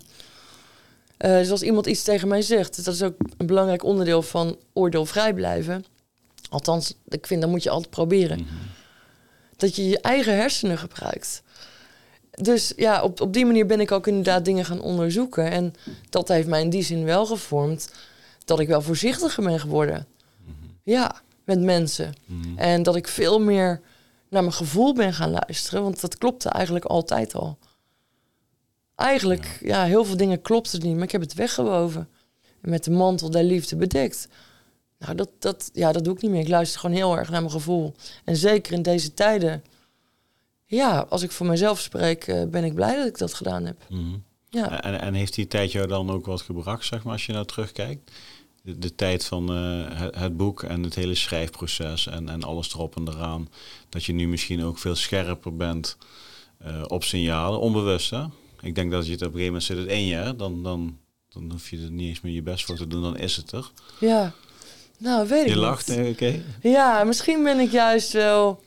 dus als iemand iets tegen mij zegt, dat is ook een belangrijk onderdeel van oordeelvrij blijven. Althans, ik vind, dat moet je altijd proberen. Mm-hmm. Dat je je eigen hersenen gebruikt. Dus ja, op, op die manier ben ik ook inderdaad dingen gaan onderzoeken. En dat heeft mij in die zin wel gevormd dat ik wel voorzichtiger ben geworden. Mm-hmm. Ja, met mensen. Mm-hmm. En dat ik veel meer naar mijn gevoel ben gaan luisteren. Want dat klopte eigenlijk altijd al. Eigenlijk, ja, ja heel veel dingen klopten niet. Maar ik heb het weggewoven. En met de mantel der liefde bedekt. Nou, dat, dat, ja, dat doe ik niet meer. Ik luister gewoon heel erg naar mijn gevoel. En zeker in deze tijden. Ja, als ik voor mezelf spreek, uh, ben ik blij dat ik dat gedaan heb. Mm-hmm. Ja. En, en heeft die tijd jou dan ook wat gebracht, zeg maar, als je nou terugkijkt? De, de tijd van uh, het, het boek en het hele schrijfproces en, en alles erop en eraan. Dat je nu misschien ook veel scherper bent uh, op signalen, onbewust, hè? Ik denk dat je het op een gegeven moment zit het in je, hè? Dan, dan, dan hoef je er niet eens meer je best voor te doen, dan is het er. Ja, nou, weet ik je niet. Je lacht, oké. Okay. Ja, misschien ben ik juist wel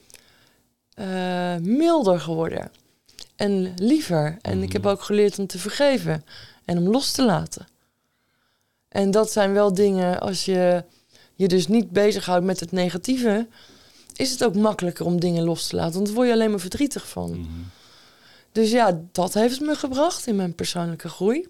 uh, milder geworden. En liever. En mm-hmm. ik heb ook geleerd om te vergeven. En om los te laten. En dat zijn wel dingen, als je je dus niet bezighoudt met het negatieve, is het ook makkelijker om dingen los te laten. Want daar word je alleen maar verdrietig van. Mm-hmm. Dus ja, dat heeft het me gebracht in mijn persoonlijke groei.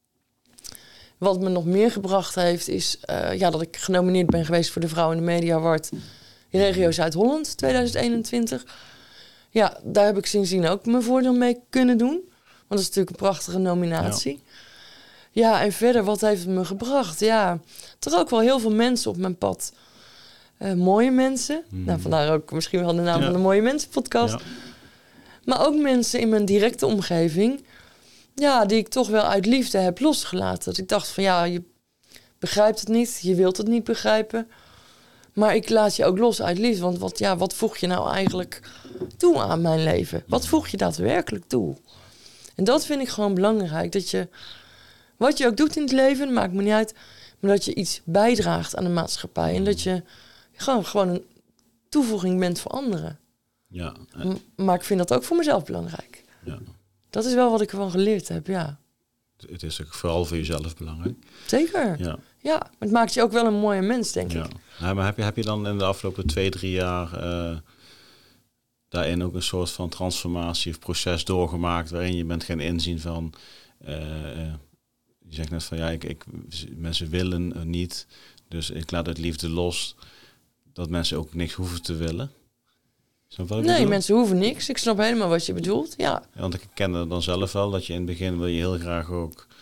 Wat me nog meer gebracht heeft, is uh, ja, dat ik genomineerd ben geweest voor de Vrouw in de Media Award Regio Zuid-Holland tweeduizend eenentwintig. Ja, daar heb ik sindsdien ook mijn voordeel mee kunnen doen. Want dat is natuurlijk een prachtige nominatie. Ja. Ja, en verder, wat heeft het me gebracht? Ja, toch ook wel heel veel mensen op mijn pad. Uh, mooie mensen. Mm. Nou, vandaar ook misschien wel de naam ja. van de Mooie Mensen podcast. Ja. Maar ook mensen in mijn directe omgeving. Ja, die ik toch wel uit liefde heb losgelaten. Dat ik dacht van ja, je begrijpt het niet. Je wilt het niet begrijpen. Maar ik laat je ook los uit liefde. Want wat, ja, wat voeg je nou eigenlijk toe aan mijn leven? Wat voeg je daadwerkelijk toe? En dat vind ik gewoon belangrijk. Dat je, wat je ook doet in het leven, maakt me niet uit. Maar dat je iets bijdraagt aan de maatschappij. En dat je gewoon, gewoon een toevoeging bent voor anderen. Ja. M- maar ik vind dat ook voor mezelf belangrijk. Ja. Dat is wel wat ik ervan geleerd heb, ja. Het is ook vooral voor jezelf belangrijk. Zeker. Ja. Ja, maar het maakt je ook wel een mooie mens, denk ja. ik. Ja, maar heb je, heb je dan in de afgelopen twee, drie jaar uh, daarin ook een soort van transformatie of proces doorgemaakt waarin je bent gaan inzien van, uh, uh, je zegt net van ja, ik, ik, mensen willen niet, dus ik laat het liefde los, dat mensen ook niks hoeven te willen. Nee, bedoel? Mensen hoeven niks. Ik snap helemaal wat je bedoelt, ja. ja. Want ik ken het dan zelf wel, dat je in het begin wil je heel graag ook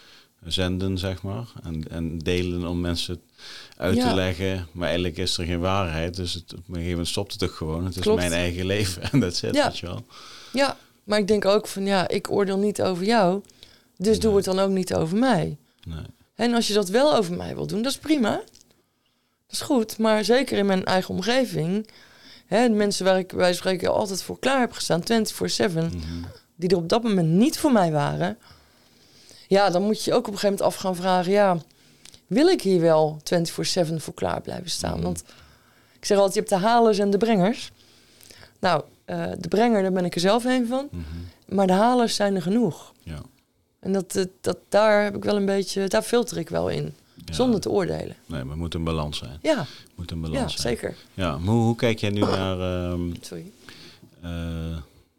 zenden, zeg maar. En, en delen om mensen uit Ja. te leggen. Maar eigenlijk is er geen waarheid. Dus het, op een gegeven moment stopt het toch gewoon. Het is Klopt. mijn eigen leven. En dat zit, Ja. weet je wel. Ja, maar ik denk ook van ja, ik oordeel niet over jou. Dus Nee. doe het dan ook niet over mij. Nee. En als je dat wel over mij wil doen, dat is prima. Dat is goed. Maar zeker in mijn eigen omgeving. Hè, de mensen waar ik bij spreken altijd voor klaar heb gestaan, vierentwintig zeven. Mm-hmm. Die er op dat moment niet voor mij waren. Ja, dan moet je ook op een gegeven moment af gaan vragen. Ja, wil ik hier wel vierentwintig zeven voor klaar blijven staan? Mm-hmm. Want ik zeg altijd, je hebt de halers en de brengers. Nou, uh, de brenger, daar ben ik er zelf een van. Mm-hmm. Maar de halers zijn er genoeg. Ja. En dat, dat, dat, daar heb ik wel een beetje, daar filter ik wel in. Ja. Zonder te oordelen. Nee, maar het moet een balans zijn. Ja, Het moet een balans ja zijn. zeker. Ja, maar hoe, hoe kijk jij nu naar um, Sorry. uh,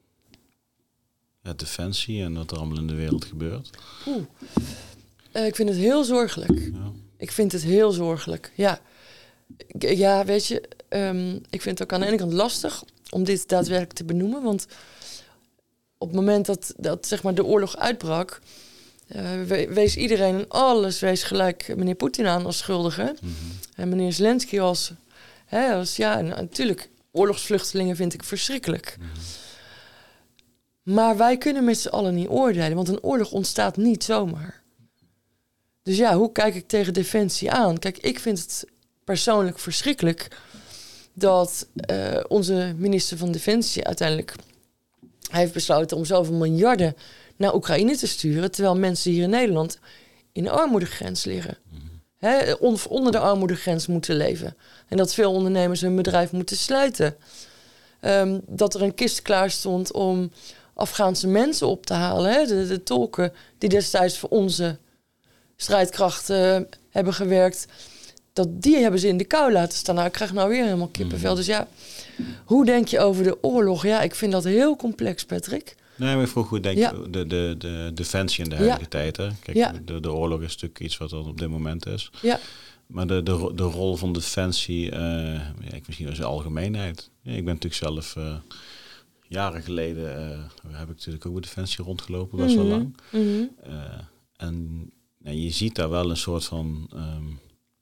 ja, defensie en wat er allemaal in de wereld gebeurt? Oeh. Uh, ik vind het heel zorgelijk. Ja. Ik vind het heel zorgelijk, ja. Ik- Ja, weet je, um, ik vind het ook aan de ene kant lastig om dit daadwerkelijk te benoemen. Want op het moment dat, dat zeg maar, de oorlog uitbrak, uh, we- wees iedereen en alles wees gelijk meneer Poetin aan als schuldige. Mm-hmm. En meneer Zelensky als, hè, als ja, en natuurlijk, oorlogsvluchtelingen vind ik verschrikkelijk. Mm-hmm. Maar wij kunnen met z'n allen niet oordelen, want een oorlog ontstaat niet zomaar. Dus ja, hoe kijk ik tegen defensie aan? Kijk, ik vind het persoonlijk verschrikkelijk dat uh, onze minister van Defensie uiteindelijk heeft besloten om zoveel miljarden naar Oekraïne te sturen, terwijl mensen hier in Nederland in de armoedegrens liggen. Hè, on- onder de armoedegrens moeten leven. En dat veel ondernemers hun bedrijf moeten sluiten. Um, dat er een kist klaar stond om Afghaanse mensen op te halen. Hè? De, de tolken die destijds voor onze strijdkrachten uh, hebben gewerkt. Dat, die hebben ze in de kou laten staan. Nou, ik krijg nou weer helemaal kippenvel. Mm. Dus ja, hoe denk je over de oorlog? Ja, ik vind dat heel complex, Patrick. Nee, maar ik vroeg hoe denk Ja. je de, de, de defensie in de huidige Ja. tijd. Hè? Kijk, Ja. de, de oorlog is natuurlijk iets wat er op dit moment is. Ja, Maar de, de, ro- de rol van defensie, uh, ja, ik misschien wel zijn algemeenheid. Ja, ik ben natuurlijk zelf uh, jaren geleden uh, heb ik natuurlijk ook bij defensie rondgelopen, best wel Mhm. lang. Mhm. Uh, en nou, je ziet daar wel een soort van, um,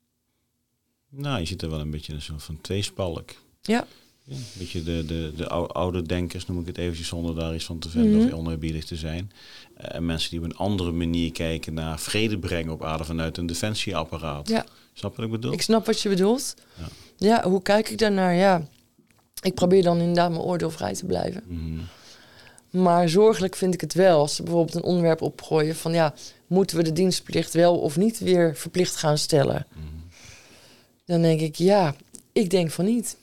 nou, je ziet er wel een beetje een soort van tweespalk. Ja. Ja, een beetje de, de, de ou- oude denkers, noem ik het eventjes, zonder daar iets van te vinden Mhm. of oneerbiedig te zijn. Uh, en mensen die op een andere manier kijken naar vrede brengen op aarde vanuit een defensieapparaat. Ja. Snap je wat ik bedoel? Ik snap wat je bedoelt. Ja. Ja, hoe kijk ik daarnaar? Ja, ik probeer dan inderdaad mijn oordeel vrij te blijven. Mhm. Maar zorgelijk vind ik het wel als ze bijvoorbeeld een onderwerp opgooien van ja, moeten we de dienstplicht wel of niet weer verplicht gaan stellen? Mhm. Dan denk ik ja, ik denk van niet.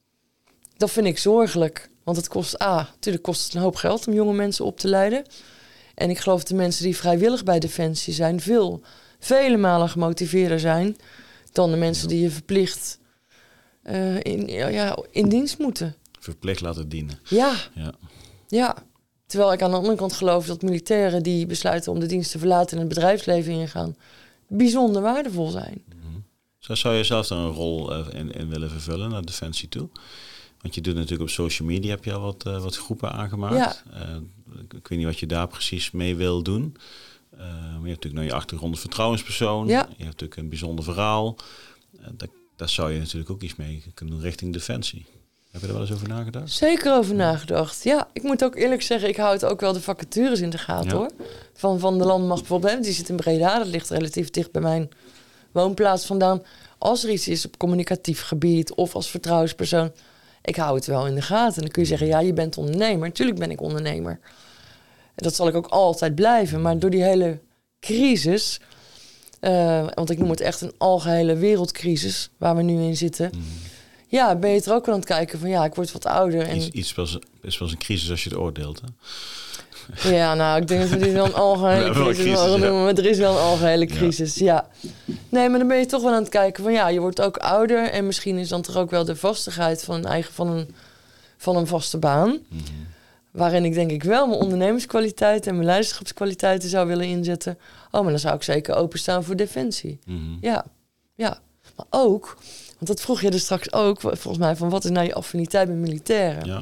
Dat vind ik zorgelijk, want het kost A, natuurlijk kost het een hoop geld om jonge mensen op te leiden. En ik geloof dat de mensen die vrijwillig bij Defensie zijn veel, vele malen gemotiveerder zijn dan de mensen die je verplicht uh, in, ja, in dienst moeten. Verplicht laten dienen. Ja, Ja. ja. Terwijl ik aan de andere kant geloof dat militairen die besluiten om de dienst te verlaten en het bedrijfsleven ingaan, bijzonder waardevol zijn. Mhm. Zo zou je zelf dan een rol uh, in, in willen vervullen naar defensie toe? Want je doet natuurlijk op social media, heb je al wat, uh, wat groepen aangemaakt. Ja. Uh, ik, ik weet niet wat je daar precies mee wil doen. Uh, maar je hebt natuurlijk nou je achtergrond een vertrouwenspersoon. Ja. Je hebt natuurlijk een bijzonder verhaal. Uh, daar, daar zou je natuurlijk ook iets mee kunnen doen richting defensie. Heb je er wel eens over nagedacht? Zeker over nagedacht. Ja, ik moet ook eerlijk zeggen, ik houd ook wel de vacatures in de gaten, Ja. hoor. Van, van de landmacht bijvoorbeeld, die zit in Breda, dat ligt relatief dicht bij mijn woonplaats vandaan. Als er iets is op communicatief gebied of als vertrouwenspersoon, ik hou het wel in de gaten. En dan kun je zeggen, ja, je bent ondernemer. Tuurlijk ben ik ondernemer. En dat zal ik ook altijd blijven. Maar door die hele crisis, uh, want ik noem het echt een algehele wereldcrisis waar we nu in zitten. Mm. Ja, ben je er ook wel aan het kijken van ja, ik word wat ouder. En Iets, iets was, is wel eens een crisis als je het oordeelt, hè? ja, nou, ik denk dat we dit wel een algehele Ja, wel een crisis crisis, mogen ja. noemen, maar er is wel een algehele crisis, ja. Nee, maar dan ben je toch wel aan het kijken van ja, je wordt ook ouder en misschien is dan toch ook wel de vastigheid van een eigen van een, van een vaste baan. Mm-hmm. Waarin ik denk ik wel mijn ondernemerskwaliteiten en mijn leiderschapskwaliteiten zou willen inzetten. Oh, maar dan zou ik zeker openstaan voor defensie. Mm-hmm. Ja, ja. Maar ook, want dat vroeg je er straks ook, volgens mij, van wat is nou je affiniteit met militairen? Ja.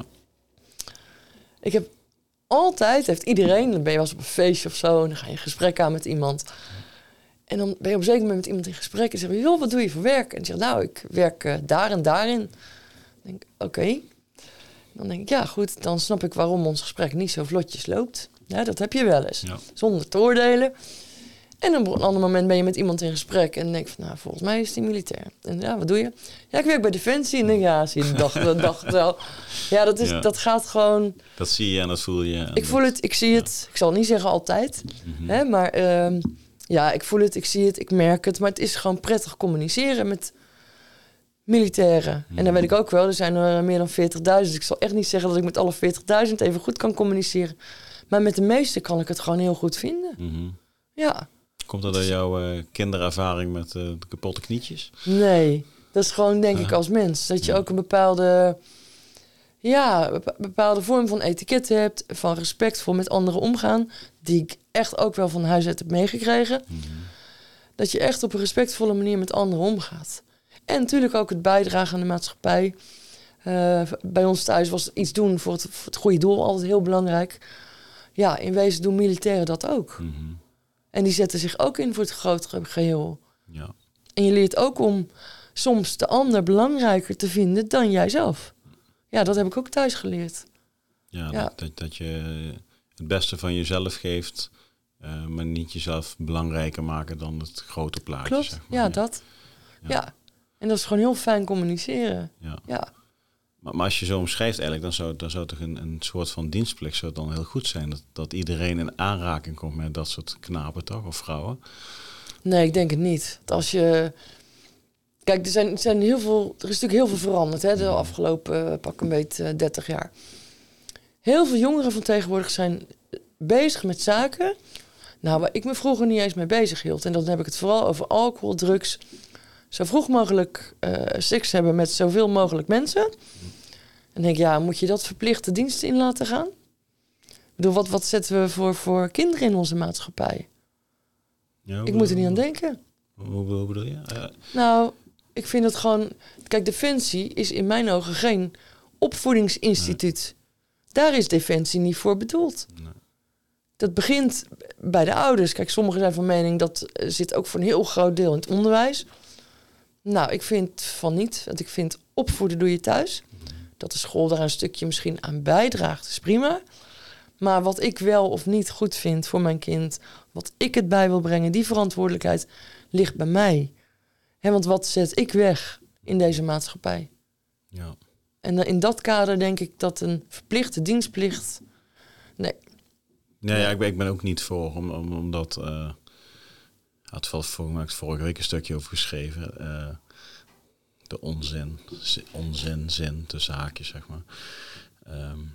Ik heb altijd, heeft iedereen, dan ben je wel eens op een feestje of zo en dan ga je een gesprek aan met iemand. En dan ben je op een zeker moment met iemand in gesprek en zeg je, joh, wat doe je voor werk? En zeg nou, ik werk uh, daar en daarin. Dan denk ik, oké. Okay. Dan denk ik, ja goed, dan snap ik waarom ons gesprek niet zo vlotjes loopt. Ja, dat heb je wel eens. Ja. Zonder te oordelen. En op een ander moment ben je met iemand in gesprek en dan denk ik van, nou, volgens mij is die militair. En ja, wat doe je? Ja, ik werk bij Defensie. En denk ja, zie je, dacht, dat dacht wel. Ja, dat, is, ja. dat gaat gewoon... Dat zie je en dat voel je. Ik voel het, ik zie ja. het. Ik zal niet zeggen altijd. Mm-hmm. Hè, maar uh, ja, ik voel het, ik zie het, ik merk het. Maar het is gewoon prettig communiceren met militairen. Mm-hmm. En dan weet ik ook wel, er zijn er meer dan veertigduizend. Ik zal echt niet zeggen dat ik met alle veertigduizend even goed kan communiceren. Maar met de meeste kan ik het gewoon heel goed vinden. Mm-hmm. Ja. Komt dat door jouw uh, kinderervaring met uh, de kapotte knietjes? Nee, dat is gewoon denk uh, ik als mens. Dat je ja. ook een bepaalde, ja, bepaalde vorm van etiket hebt, van respectvol met anderen omgaan, die ik echt ook wel van huis uit heb meegekregen. Mm-hmm. Dat je echt op een respectvolle manier met anderen omgaat. En natuurlijk ook het bijdragen aan de maatschappij. Uh, bij ons thuis was iets doen voor het, voor het goede doel altijd heel belangrijk. Ja, in wezen doen militairen dat ook. Mm-hmm. En die zetten zich ook in voor het grotere geheel. Ja. En je leert ook om soms de ander belangrijker te vinden dan jijzelf. Ja, dat heb ik ook thuis geleerd. Ja, ja. Dat, dat, dat je het beste van jezelf geeft, uh, maar niet jezelf belangrijker maken dan het grote plaatje. Klopt, zeg maar. ja, dat. Ja. ja. En dat is gewoon heel fijn communiceren. Ja. ja. Maar, maar als je zo omschrijft eigenlijk, dan zou, dan zou toch een, een soort van dienstplicht zou dan heel goed zijn. Dat, dat iedereen in aanraking komt met dat soort knapen toch, of vrouwen? Nee, ik denk het niet. Als je... Kijk, er, zijn, er, zijn heel veel, er is natuurlijk heel veel veranderd hè, de afgelopen uh, pak een beetje uh, dertig jaar. Heel veel jongeren van tegenwoordig zijn bezig met zaken nou, waar ik me vroeger niet eens mee bezig hield. En dan heb ik het vooral over alcohol, drugs. Zo vroeg mogelijk uh, seks hebben met zoveel mogelijk mensen. En denk ik, ja, moet je dat verplichte diensten in laten gaan? Ik bedoel, wat, wat zetten we voor, voor kinderen in onze maatschappij? Ja, ik moet er niet aan denken. Hoe, hoe bedoel je? Uh. Nou, ik vind het gewoon... Kijk, Defensie is in mijn ogen geen opvoedingsinstituut. Nee. Daar is Defensie niet voor bedoeld. Nee. Dat begint bij de ouders. Kijk, sommigen zijn van mening dat uh, zit ook voor een heel groot deel in het onderwijs. Nou, ik vind van niet. Want ik vind opvoeden doe je thuis. Dat de school daar een stukje misschien aan bijdraagt, is prima. Maar wat ik wel of niet goed vind voor mijn kind, wat ik het bij wil brengen, die verantwoordelijkheid ligt bij mij. He, want wat zet ik weg in deze maatschappij? Ja. En in dat kader denk ik dat een verplichte dienstplicht... Nee. Nee, ja, ik, ben, ik ben ook niet voor, om, om, omdat... Uh, had volgens vorige week een stukje over geschreven. Uh, de onzin, onzin, zin, tussen haakjes, zeg maar. Um,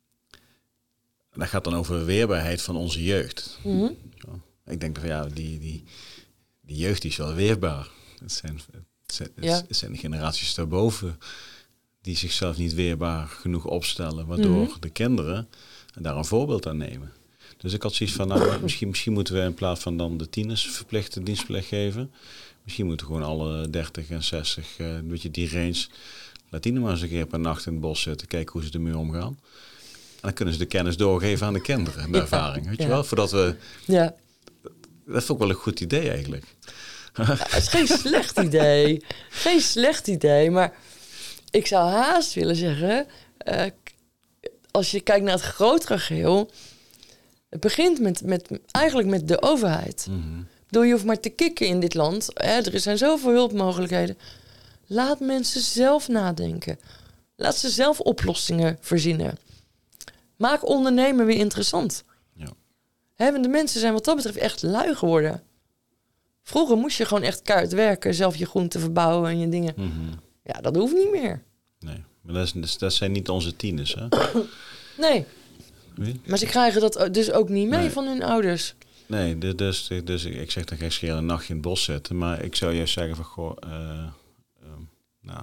dat gaat dan over de weerbaarheid van onze jeugd. Mm-hmm. Zo. Ik denk van ja, die, die, die jeugd die is wel weerbaar. Het zijn, het zijn, ja. het zijn de generaties daarboven die zichzelf niet weerbaar genoeg opstellen, waardoor mm-hmm. de kinderen daar een voorbeeld aan nemen. Dus ik had zoiets van, nou, misschien, misschien moeten we in plaats van dan de tieners verplichte dienstplicht geven, misschien moeten we gewoon alle dertig en zestig, uh, weet je, die range, laat die nog maar eens een keer per nacht in het bos zitten, kijken hoe ze ermee omgaan. En dan kunnen ze de kennis doorgeven aan de kinderen, de ja. ervaring, weet je ja. wel, voordat we... Ja. Dat vond ik wel een goed idee eigenlijk. Ja, het is geen slecht idee. Geen slecht idee, maar ik zou haast willen zeggen, uh, als je kijkt naar het grotere geheel, het begint met, met, eigenlijk met de overheid. Mm-hmm. Ik bedoel, je hoeft maar te kikken in dit land. Hè, er zijn zoveel hulpmogelijkheden. Laat mensen zelf nadenken. Laat ze zelf oplossingen verzinnen. Maak ondernemen weer interessant. Ja. Hè, want de mensen zijn wat dat betreft echt lui geworden. Vroeger moest je gewoon echt keihard werken, zelf je groenten verbouwen en je dingen. Mm-hmm. Ja, dat hoeft niet meer. Nee, maar dat, is, dat zijn niet onze tieners, hè? Nee. Wie? Maar ze krijgen dat dus ook niet mee nee. van hun ouders. Nee, dus, dus ik zeg dan geen scheel een nachtje in het bos zetten. Maar ik zou juist zeggen van, goh, uh, uh, nou,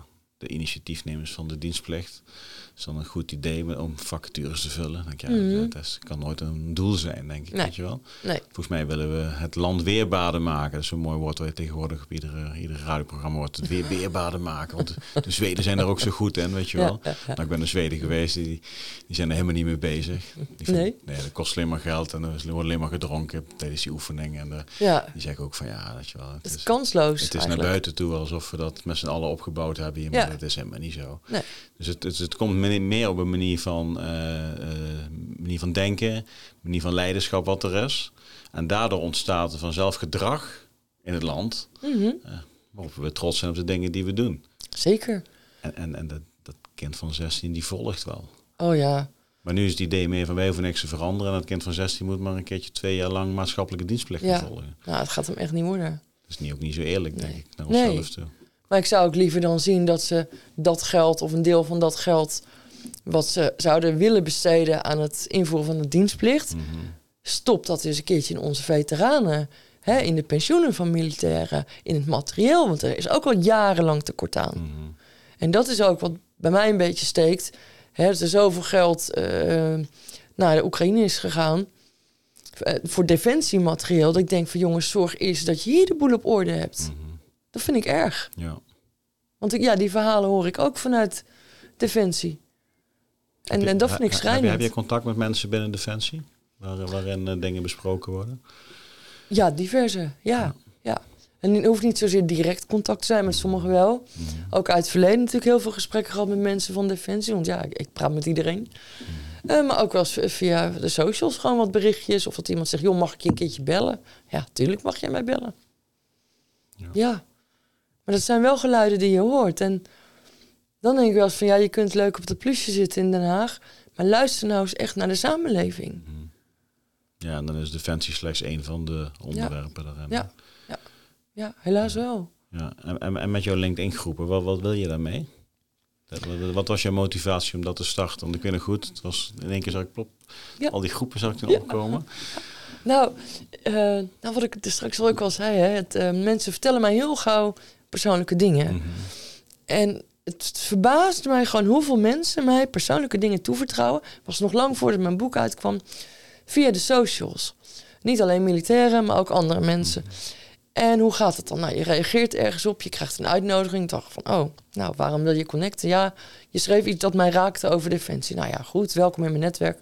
de initiatiefnemers van de dienstplicht. Het is dan een goed idee om vacatures te vullen. Dan denk ik, ja, Mm-hmm. dat is, kan nooit een doel zijn, denk ik. Nee. Weet je wel? Nee. Volgens mij willen we het land weerbaarder maken. Dat is zo'n mooi woord waar je tegenwoordig op iedere, ieder radioprogramma wordt. Het weer weerbaarder maken. Want de, de Zweden zijn er ook zo goed in, weet je wel. Ja, ja, ja. Nou, ik ben in Zweden geweest, die, die zijn er helemaal niet mee bezig. Die vinden, Nee? Nee, dat kost alleen maar geld en er wordt alleen maar gedronken tijdens die oefening. En de, Ja, die zeggen ook van ja, weet je wel. Het het is is, kansloos het is naar eigenlijk. buiten toe alsof we dat met z'n allen opgebouwd hebben hier, maar Ja. dat is helemaal niet zo. Nee. Dus het, het, het komt me- meer op een manier van, uh, uh, manier van denken, manier van leiderschap wat er is. En daardoor ontstaat er vanzelf gedrag in het land, Mm-hmm. uh, waarop we trots zijn op de dingen die we doen. Zeker. En, en, en dat, dat kind van zestien, die volgt wel. Oh ja. Maar nu is het idee meer van wij hoeven niks te veranderen. En dat kind van zestien moet maar een keertje twee jaar lang maatschappelijke dienstplicht Ja. gaan volgen. Nou, het gaat hem echt niet worden. Dat is niet, ook niet zo eerlijk, denk Nee. ik, naar Nee. onszelf toe. Maar ik zou ook liever dan zien dat ze dat geld of een deel van dat geld wat ze zouden willen besteden aan het invoeren van de dienstplicht, Mm-hmm. stop dat eens een keertje in onze veteranen, hè, in de pensioenen van militairen, in het materieel, want er is ook al jarenlang tekort aan. Mm-hmm. En dat is ook wat bij mij een beetje steekt. Hè, dat er zoveel geld uh, naar de Oekraïne is gegaan uh, voor defensiematerieel, dat ik denk van jongens, zorg eerst dat je hier de boel op orde hebt. Mm-hmm. Dat vind ik erg. Ja. Want ik, ja, die verhalen hoor ik ook vanuit Defensie. En, Heb je- en dat vind ik Heb schrijnend. je, heb je contact met mensen binnen Defensie? Waar, waarin uh, dingen besproken worden? Ja, diverse. Ja, ja. En het hoeft niet zozeer direct contact te zijn met sommigen wel. Mm-hmm. Ook uit het verleden natuurlijk heel veel gesprekken gehad met mensen van Defensie. Want ja, ik, ik praat met iedereen. Mm-hmm. Uh, maar ook wel eens via de socials gewoon wat berichtjes. Of dat iemand zegt, joh, mag ik je een keertje bellen? Ja, tuurlijk mag jij mij bellen. Ja. Ja. Maar dat zijn wel geluiden die je hoort. En dan denk ik wel eens van, ja, je kunt leuk op het plusje zitten in Den Haag. Maar luister nou eens echt naar de samenleving. Mm-hmm. Ja, en dan is Defensie slechts één van de onderwerpen daarin. Ja, ja. Ja, helaas wel. Ja. En, en, en met jouw LinkedIn-groepen, wat, wat wil je daarmee? Dat- Wat, wat was jouw motivatie om dat te starten? Want ik weet nog goed, het was in één keer zag ik plop, Ja. al die groepen zag ik toen Ja. opkomen. Nou, uh, nou, wat ik dus straks ook al zei, hè, het, uh, mensen vertellen mij heel gauw persoonlijke dingen. Mm-hmm. En het verbaasde mij gewoon hoeveel mensen mij persoonlijke dingen toevertrouwen. Was nog lang voordat mijn boek uitkwam, via de socials. Niet alleen militairen, maar ook andere mensen. En hoe gaat het dan? Nou, je reageert ergens op, je krijgt een uitnodiging. Ik dacht van, oh, nou, waarom wil je connecten? Ja, je schreef iets dat mij raakte over Defensie. Nou ja, goed, welkom in mijn netwerk.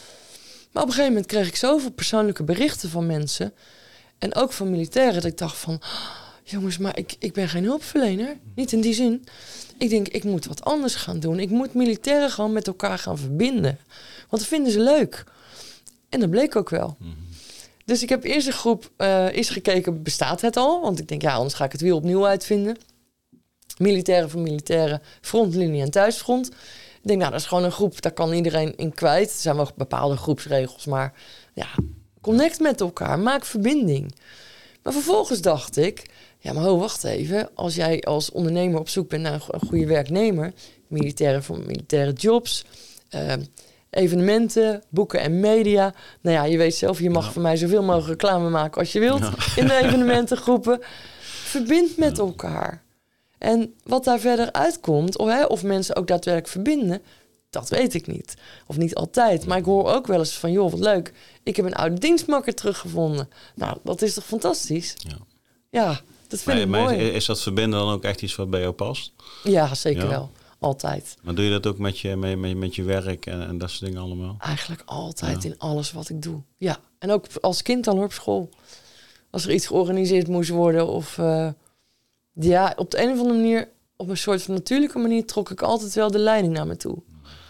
Maar op een gegeven moment kreeg ik zoveel persoonlijke berichten van mensen. En ook van militairen, dat ik dacht van, oh, jongens, maar ik, ik ben geen hulpverlener. Niet in die zin. Ik denk, ik moet wat anders gaan doen. Ik moet militairen gewoon met elkaar gaan verbinden. Want dat vinden ze leuk. En dat bleek ook wel. Mm-hmm. Dus ik heb eerst een groep uh, eens gekeken, bestaat het al? Want ik denk, ja, anders ga ik het wiel opnieuw uitvinden. Militairen voor militairen, frontlinie en thuisfront. Ik denk, nou, dat is gewoon een groep, daar kan iedereen in kwijt. Er zijn wel bepaalde groepsregels, maar ja, connect met elkaar, maak verbinding. Maar vervolgens dacht ik, ja, maar ho, wacht even. Als jij als ondernemer op zoek bent naar een goede werknemer, militairen voor militaire jobs, uh, evenementen, boeken en media. Nou ja, je weet zelf, je mag Ja. voor mij zoveel mogelijk reclame maken als je wilt Ja. in de evenementengroepen. Verbind met elkaar. En wat daar verder uitkomt, of, hè, of mensen ook daadwerkelijk verbinden, dat weet ik niet. Of niet altijd. Maar ik hoor ook wel eens van, joh, wat leuk. Ik heb een oude dienstmakker teruggevonden. Nou, dat is toch fantastisch? Ja. Ja, dat vind Maar, ik maar mooi. is, is dat verbinden dan ook echt iets wat bij jou past? Ja, zeker Ja. wel. Altijd. Maar doe je dat ook met je, met, met, met je werk en, en dat soort dingen allemaal? Eigenlijk altijd Ja. in alles wat ik doe. Ja, en ook als kind dan hoor, op school. Als er iets georganiseerd moest worden of... Uh, ja, op de een of andere manier, op een soort van natuurlijke manier, trok ik altijd wel de leiding naar me toe.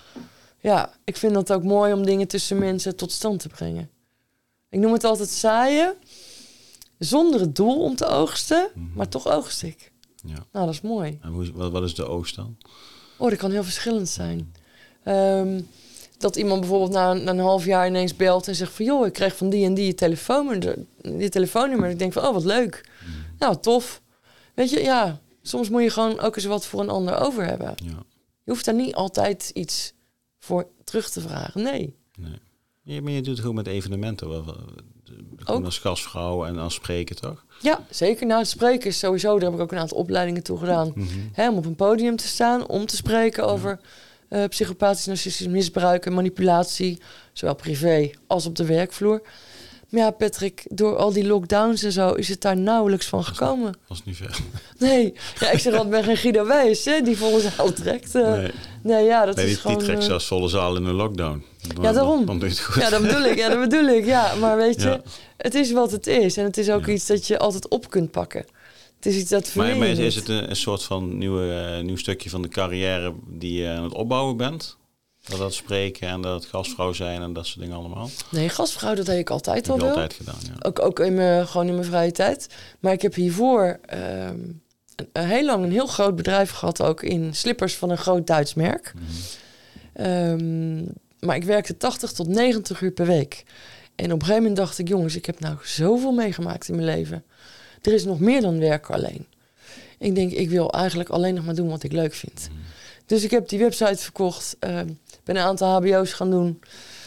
Ja, ik vind dat ook mooi om dingen tussen mensen tot stand te brengen. Ik noem het altijd zaaien, zonder het doel om te oogsten, Mm-hmm. maar toch oogst ik. Ja. Nou, dat is mooi. En hoe, wat, wat is de oogst dan? Oh, dat kan heel verschillend zijn. Um, dat iemand bijvoorbeeld na een, na een half jaar ineens belt en zegt van, joh, ik kreeg van die en die je telefoonnummer. Die telefoonnummer. Ik denk van, oh, wat leuk. Mm. Nou, tof. Weet je, ja, soms moet je gewoon ook eens wat voor een ander over hebben. Ja. Je hoeft daar niet altijd iets voor terug te vragen. Nee. Nee. Ja, maar je doet het gewoon met evenementen. Wat, wat, Gewoon als gastvrouw en als spreker, toch? Ja, zeker. Nou, het spreken is sowieso, daar heb ik ook een aantal opleidingen toe gedaan. Mm-hmm. Hè, om op een podium te staan, om te spreken over uh, psychopathisch narcistisch misbruik en manipulatie. Zowel privé als op de werkvloer. Maar ja, Patrick, door al die lockdowns en zo is het daar nauwelijks van gekomen. Dat was niet ver. Nee, ja, ik zeg altijd, ik ben geen Guido Wijs, hè, die volle zaal trekt. Uh, nee. nee, ja, dat nee, is die, gewoon... die trekt uh... zelfs volle zaal in een lockdown. Dan, ja, daarom. Dan, dan doe je het goed. Ja, dat bedoel ik, ja, dat bedoel ik, ja. Maar weet je, ja. het is wat het is. En het is ook ja. iets dat je altijd op kunt pakken. Het is iets dat maar, maar is het een, een soort van nieuwe, uh, nieuw stukje van de carrière die je aan het opbouwen bent? Dat dat spreken en dat gastvrouw zijn en dat soort dingen allemaal? Nee, gastvrouw, dat heb ik altijd al wel. wel. altijd gedaan, ja. Ook, ook in mijn, gewoon in mijn vrije tijd. Maar ik heb hiervoor um, een, een heel lang een heel groot bedrijf gehad, ook in slippers van een groot Duits merk. Mm-hmm. Um, maar ik werkte tachtig tot negentig uur per week. En op een gegeven moment dacht ik, jongens, ik heb nou zoveel meegemaakt in mijn leven. Er is nog meer dan werken alleen. Ik denk, ik wil eigenlijk alleen nog maar doen wat ik leuk vind. Mm. Dus ik heb die website verkocht. Uh, ben een aantal hbo's gaan doen.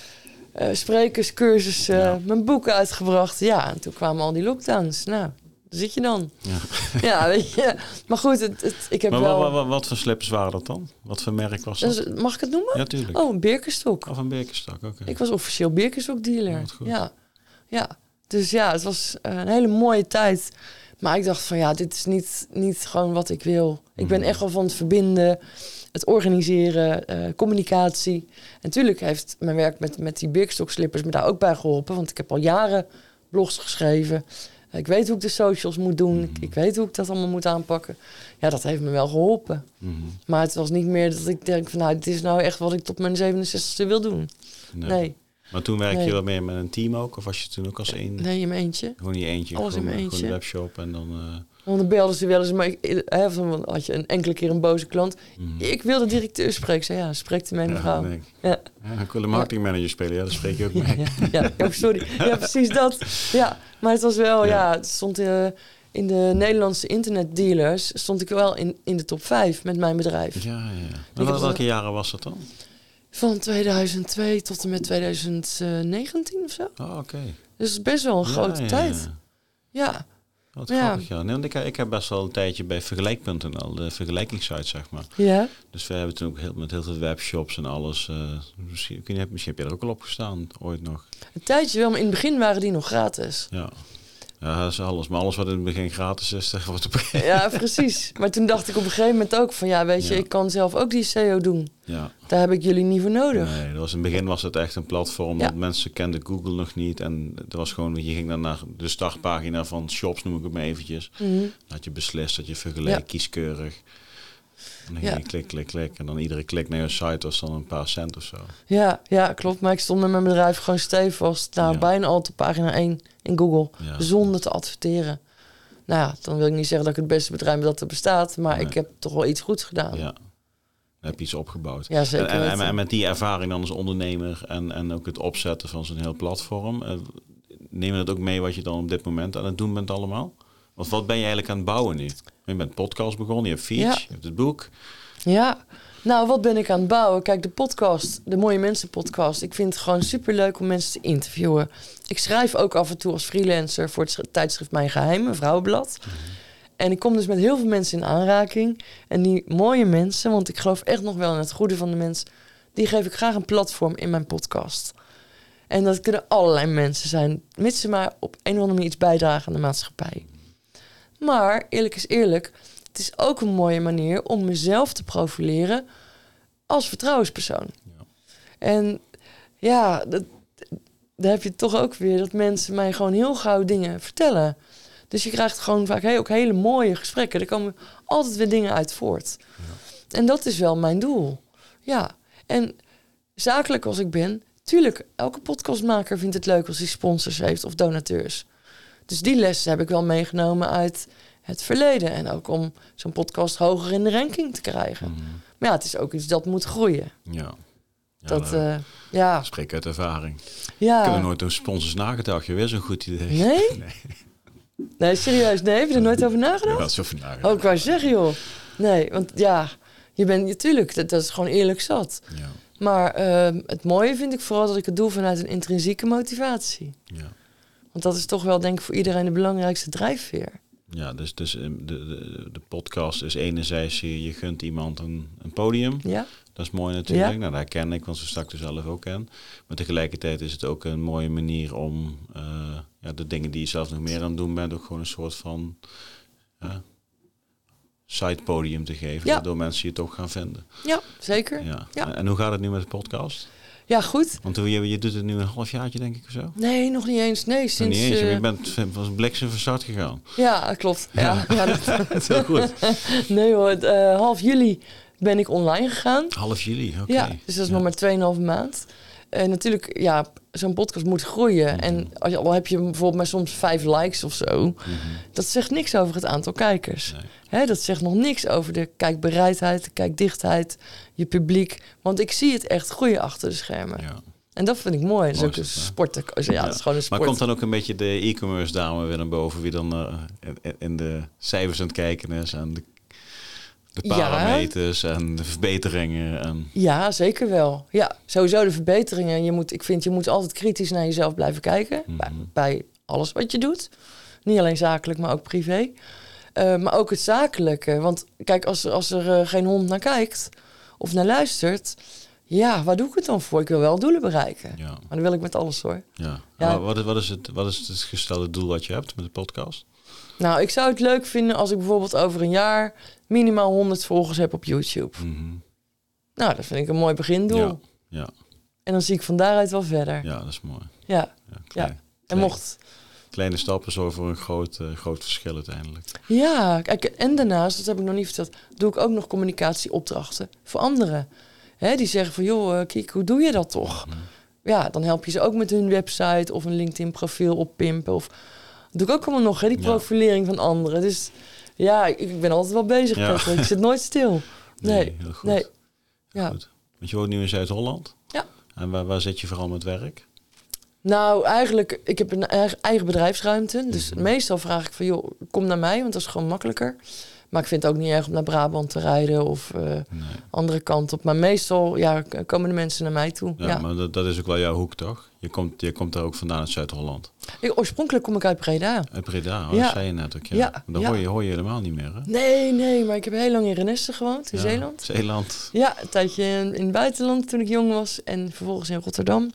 Uh, sprekerscursussen, uh, ja. Mijn boeken uitgebracht. Ja, en toen kwamen al die lockdowns. Nou, daar zit je dan. Ja, ja weet je. Maar goed, het, het, ik heb maar wel... Wat, wat, wat voor slippers waren dat dan? Wat voor merk was dat? Dus, mag ik het noemen? Ja, tuurlijk. Oh, een Birkenstock. Of een Birkenstock, oké. Okay. Ik was officieel Birkenstock dealer. Oh, ja. ja. Dus ja, het was een hele mooie tijd. Maar ik dacht van ja, dit is niet, niet gewoon wat ik wil. Ik ben echt wel van het verbinden, het organiseren, uh, communicatie. En natuurlijk heeft mijn werk met, met die Birkenstock slippers me daar ook bij geholpen. Want ik heb al jaren blogs geschreven. Uh, ik weet hoe ik de socials moet doen. Mm-hmm. ik, ik weet hoe ik dat allemaal moet aanpakken. Ja, dat heeft me wel geholpen. Mm-hmm. Maar het was niet meer dat ik denk van nou, dit is nou echt wat ik tot mijn zevenenzestigste wil doen. Nee. nee. Maar toen werkte nee. je wel meer met een team ook? Of was je toen ook als één? Nee, in mijn eentje. Gewoon in je eentje? Alles gewoon, in mijn eentje. Gewoon een webshop en dan... Uh... Want dan belden ze wel eens, maar ik, hè, dan had je een enkele keer een boze klant. Mm. Ik wil de directeur spreken. Zei, ja, spreekt u mee, mevrouw. Ja, nee. ja. ja, ik wil de marketingmanager spelen. Ja, daar spreek je ook mee. Ja, ja, ja, sorry. Ja, precies dat. Ja, maar het was wel, ja, ja het stond uh, in de Nederlandse internetdealers stond ik wel in, in de top vijf met mijn bedrijf. Ja, ja. Maar wat, welke jaren was dat dan? Van tweeduizend twee tot en met tweeduizend negentien of zo. Oh, oké. Okay. Dus best wel een ja, grote ja, tijd. Ja. ja. Wat ja. grappig, ja. Nee, want ik, ik heb best wel een tijdje bij vergelijk punt n l, de vergelijkingssite, zeg maar. Ja. Dus we hebben toen ook heel, met heel veel webshops en alles. Uh, misschien, misschien heb je er ook al op gestaan, ooit nog. Een tijdje wel, maar in het begin waren die nog gratis. Ja. Ja, dat is alles. Maar alles wat in het begin gratis is, dat wordt op een gegeven moment... Ja, precies. Maar toen dacht ik op een gegeven moment ook van... ja, weet je, ja. ik kan zelf ook die S E O doen. Ja. Daar heb ik jullie niet voor nodig. Nee, dat was in het begin was het echt een platform. Ja. Want mensen kenden Google nog niet. En het was gewoon, je ging dan naar de startpagina van shops, noem ik het maar eventjes. Mm-hmm. Dan had je beslist, dat je vergeleek, ja. kieskeurig. En dan ging ja. je klik, klik, klik. En dan iedere klik naar je site was dan een paar cent of zo. Ja, ja, klopt. Maar ik stond met mijn bedrijf gewoon stevast. Nou, ja. bijna altijd op pagina één in Google. Ja. Zonder te adverteren. Nou ja, dan wil ik niet zeggen dat ik het beste bedrijf ben dat er bestaat. Maar nee. ik heb toch wel iets goeds gedaan. Ja. Dan heb je iets opgebouwd. Ja, zeker. En, en, en met die ervaring dan als ondernemer en, en ook het opzetten van zo'n heel platform. Uh, neem je dat ook mee wat je dan op dit moment aan het doen bent allemaal? Want wat ben je eigenlijk aan het bouwen nu? Je bent podcast begonnen, je hebt Feach, ja. je hebt het boek. Ja, nou wat ben ik aan het bouwen? Kijk, de podcast, de Mooie Mensen podcast. Ik vind het gewoon superleuk om mensen te interviewen. Ik schrijf ook af en toe als freelancer voor het tijdschrift Mijn Geheim, een vrouwenblad. Mm-hmm. En ik kom dus met heel veel mensen in aanraking. En die mooie mensen, want ik geloof echt nog wel in het goede van de mens... die geef ik graag een platform in mijn podcast. En dat kunnen allerlei mensen zijn, mits ze maar op een of andere manier iets bijdragen aan de maatschappij. Maar, eerlijk is eerlijk, het is ook een mooie manier om mezelf te profileren als vertrouwenspersoon. Ja. En ja, dat, daar heb je toch ook weer dat mensen mij gewoon heel gauw dingen vertellen. Dus je krijgt gewoon vaak heel, ook hele mooie gesprekken. Er komen altijd weer dingen uit voort. Ja. En dat is wel mijn doel. Ja, en zakelijk als ik ben, tuurlijk, elke podcastmaker vindt het leuk als hij sponsors heeft of donateurs. Dus die lessen heb ik wel meegenomen uit het verleden. En ook om zo'n podcast hoger in de ranking te krijgen. Mm-hmm. Maar ja, het is ook iets dat moet groeien. Ja. Ja, dat, uh, ja. Spreek uit ervaring. Ja. Ik heb er nooit over sponsors nagedacht. Je weer zo'n goed idee. Nee? nee? Nee, serieus? Nee, heb je er nooit over nagedacht? Ja, wel eens over nagedacht. Oh, ik wou zeggen, joh. Nee, want ja, je bent natuurlijk, dat, dat is gewoon eerlijk zat. Ja. Maar uh, het mooie vind ik vooral dat ik het doe vanuit een intrinsieke motivatie. Ja. Want dat is toch wel, denk ik, voor iedereen de belangrijkste drijfveer. Ja, dus, dus de, de, de podcast is enerzijds, je, je gunt iemand een, een podium. Ja. Dat is mooi natuurlijk. Ja. Nou, dat ken ik, want ze stak er zelf ook aan. Maar tegelijkertijd is het ook een mooie manier om uh, ja, de dingen die je zelf nog meer aan het doen bent, ook gewoon een soort van uh, sidepodium te geven. Ja. Waardoor mensen je toch gaan vinden. Ja, zeker. Ja. Ja. En hoe gaat het nu met de podcast? Ja, goed. Want je, je doet het nu een halfjaartje, denk ik, of zo? Nee, nog niet eens. Nee, sinds... Nog niet eens. Uh... Je bent van bliksem van start gegaan. Ja, klopt. Ja. Ja, ja, dat... dat is heel goed. Nee hoor, uh, half juli ben ik online gegaan. Half juli, oké. Okay. Ja, dus dat is ja. nog maar tweeënhalve maand. En natuurlijk, ja, zo'n podcast moet groeien. Mm-hmm. En als je, al heb je bijvoorbeeld maar soms vijf likes of zo... Mm-hmm. dat zegt niks over het aantal kijkers. Nee. Hè, dat zegt nog niks over de kijkbereidheid, de kijkdichtheid, je publiek. Want ik zie het echt groeien achter de schermen. Ja. En dat vind ik mooi. Dat is ook een sport. Ja, ja, dat is gewoon een sport. Maar komt dan ook een beetje de e-commerce dame weer naar boven... wie dan uh, in de cijfers aan het kijken is... en de De parameters ja. en de verbeteringen. En... Ja, zeker wel. Ja, sowieso de verbeteringen. Je moet, ik vind, je moet altijd kritisch naar jezelf blijven kijken. Mm-hmm. Bij, bij alles wat je doet. Niet alleen zakelijk, maar ook privé. Uh, maar ook het zakelijke. Want kijk, als er, als er uh, geen hond naar kijkt of naar luistert... ja, waar doe ik het dan voor? Ik wil wel doelen bereiken. Ja. Maar dan wil ik met alles hoor. Ja. Ja. Wat, is, wat, is het, wat is het gestelde doel wat je hebt met de podcast? Nou, ik zou het leuk vinden als ik bijvoorbeeld over een jaar... minimaal honderd volgers heb op YouTube. Mm-hmm. Nou, dat vind ik een mooi begindoel. Ja, ja. En dan zie ik van daaruit wel verder. Ja, dat is mooi. Ja, ja, klein, ja. En klein, mocht... Kleine stappen zorgen voor een groot, uh, groot verschil uiteindelijk. Ja, kijk, en daarnaast, dat heb ik nog niet verteld... doe ik ook nog communicatieopdrachten voor anderen. Hè, die zeggen van, joh, Kiek, hoe doe je dat toch? Mm-hmm. Ja, dan help je ze ook met hun website... of een LinkedIn-profiel oppimpen. Of dat doe ik ook allemaal nog, hè, die profilering ja. van anderen. Dus... ja, ik ben altijd wel bezig. Ja. Ik zit nooit stil. Nee, nee heel goed. Nee. Ja. Goed. Want je woont nu in Zuid-Holland. Ja. En waar, waar zit je vooral met werk? Nou, eigenlijk, ik heb een eigen bedrijfsruimte. Dus mm-hmm. meestal vraag ik van, joh, kom naar mij, want dat is gewoon makkelijker. Maar ik vind het ook niet erg om naar Brabant te rijden of uh, nee. andere kant op. Maar meestal ja, komen de mensen naar mij toe. Ja, ja. maar dat, dat is ook wel jouw hoek, toch? Je komt, je komt daar ook vandaan uit Zuid-Holland. Ik, oorspronkelijk kom ik uit Breda. Uit Breda, oh, ja. dat zei je net ook. Ja. Ja, dat ja. Hoor, je, hoor je helemaal niet meer, hè? Nee, nee, maar ik heb heel lang in Renesse gewoond, in ja, Zeeland. Zeeland. Ja, een tijdje in, in het buitenland toen ik jong was. En vervolgens in Rotterdam.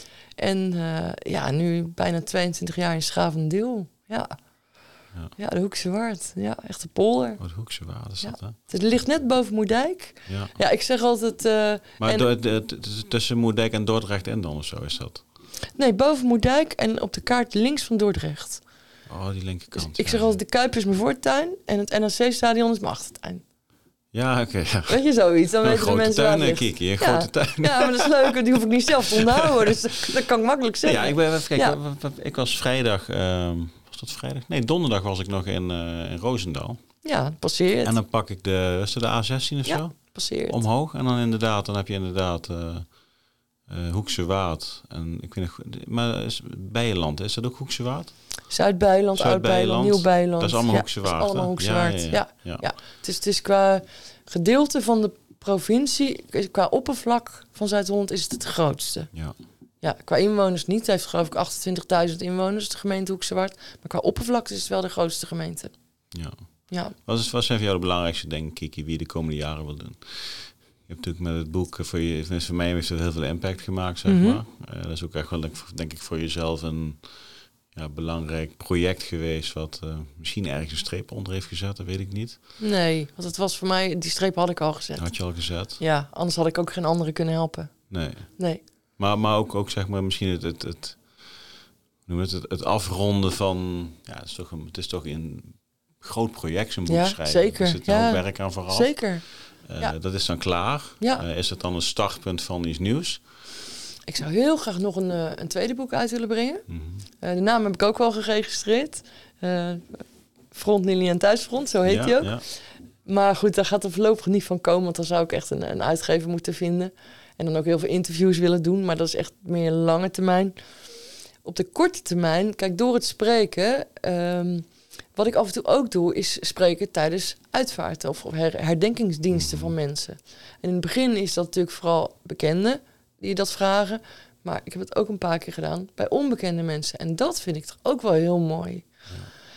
En uh, ja, nu bijna tweeëntwintig jaar in Schavendeel. Ja. Ja. ja, de Hoekse Waard. Ja, echt de polder. Oh, de Hoekse Waard is ja. dat, hè? Het ligt net boven Moerdijk. Ja, ja ik zeg altijd... Uh, maar en, do, de, de, tussen Moerdijk en Dordrecht en dan of zo is dat? Nee, boven Moerdijk en op de kaart links van Dordrecht. Oh, die linkerkant. Dus ik ja. zeg altijd, de Kuip is mijn voortuin en het N A C-stadion is mijn achtertuin. Ja, oké. Okay, ja. Weet je zoiets? Dan een weten de mensen tuin, waar het Kiki, een ja. grote tuin. Ja, maar dat is leuk. Die hoef ik niet zelf te onthouden. Dus dat kan ik makkelijk zeggen. Ja, ik, ben, even kijken, ja. ik was vrijdag... Uh, was dat vrijdag? Nee, donderdag was ik nog in, uh, in Roosendaal. Ja, passeert. En dan pak ik de, is het de A zestien of ja, zo? passeert. Omhoog. En dan inderdaad, dan heb je inderdaad... Uh, uh, Hoekse Waard. En ik weet nog, maar is Beijerland, is dat ook Hoekse Waard? Zuid-Beijerland, Oud-Beijerland, Nieuw-Beijerland. Dat is allemaal ja, Hoekse Waard. allemaal Hoekse Waard. Ja, ja, ja. ja. ja. Het, is, het is qua gedeelte van de provincie, qua oppervlak van Zuid-Holland is het het grootste. Ja. Ja, qua inwoners niet. Het heeft geloof ik achtentwintigduizend inwoners, de gemeente Hoekse Waard. Maar qua oppervlakte is het wel de grootste gemeente. Ja. Ja. Wat, is, wat zijn voor jou de belangrijkste dingen, Kiki, wie je de komende jaren wil doen? Je hebt natuurlijk met het boek, voor, je, voor mij heeft het heel veel impact gemaakt, zeg mm-hmm. maar. Uh, dat is ook echt wel, denk ik, voor jezelf een ja, belangrijk project geweest... wat uh, misschien ergens een streep onder heeft gezet, dat weet ik niet. Nee, want het was voor mij, die streep had ik al gezet. Had je al gezet? Ja, anders had ik ook geen anderen kunnen helpen. Nee. Nee. Maar, maar ook, ook, zeg maar, misschien het... het, het noem het, het, het afronden van... Ja, het is toch een, het is toch een groot project, zo'n boek ja, schrijven. Zeker. Er zit ja, ook werk aan vooraf. Zeker. Uh, ja. Dat is dan klaar. Ja. Uh, is het dan een startpunt van iets nieuws? Ik zou heel graag nog een, uh, een tweede boek uit willen brengen. Mm-hmm. Uh, de naam heb ik ook wel geregistreerd. Uh, Front Lili en Thuisfront, zo heet ja, die ook. Ja. Maar goed, daar gaat er voorlopig niet van komen. Want dan zou ik echt een, een uitgever moeten vinden. En dan ook heel veel interviews willen doen. Maar dat is echt meer lange termijn. Op de korte termijn, kijk, door het spreken... Um, wat ik af en toe ook doe, is spreken tijdens uitvaarten of her- herdenkingsdiensten van mensen. En in het begin is dat natuurlijk vooral bekenden die dat vragen. Maar ik heb het ook een paar keer gedaan bij onbekende mensen. En dat vind ik toch ook wel heel mooi. Ja.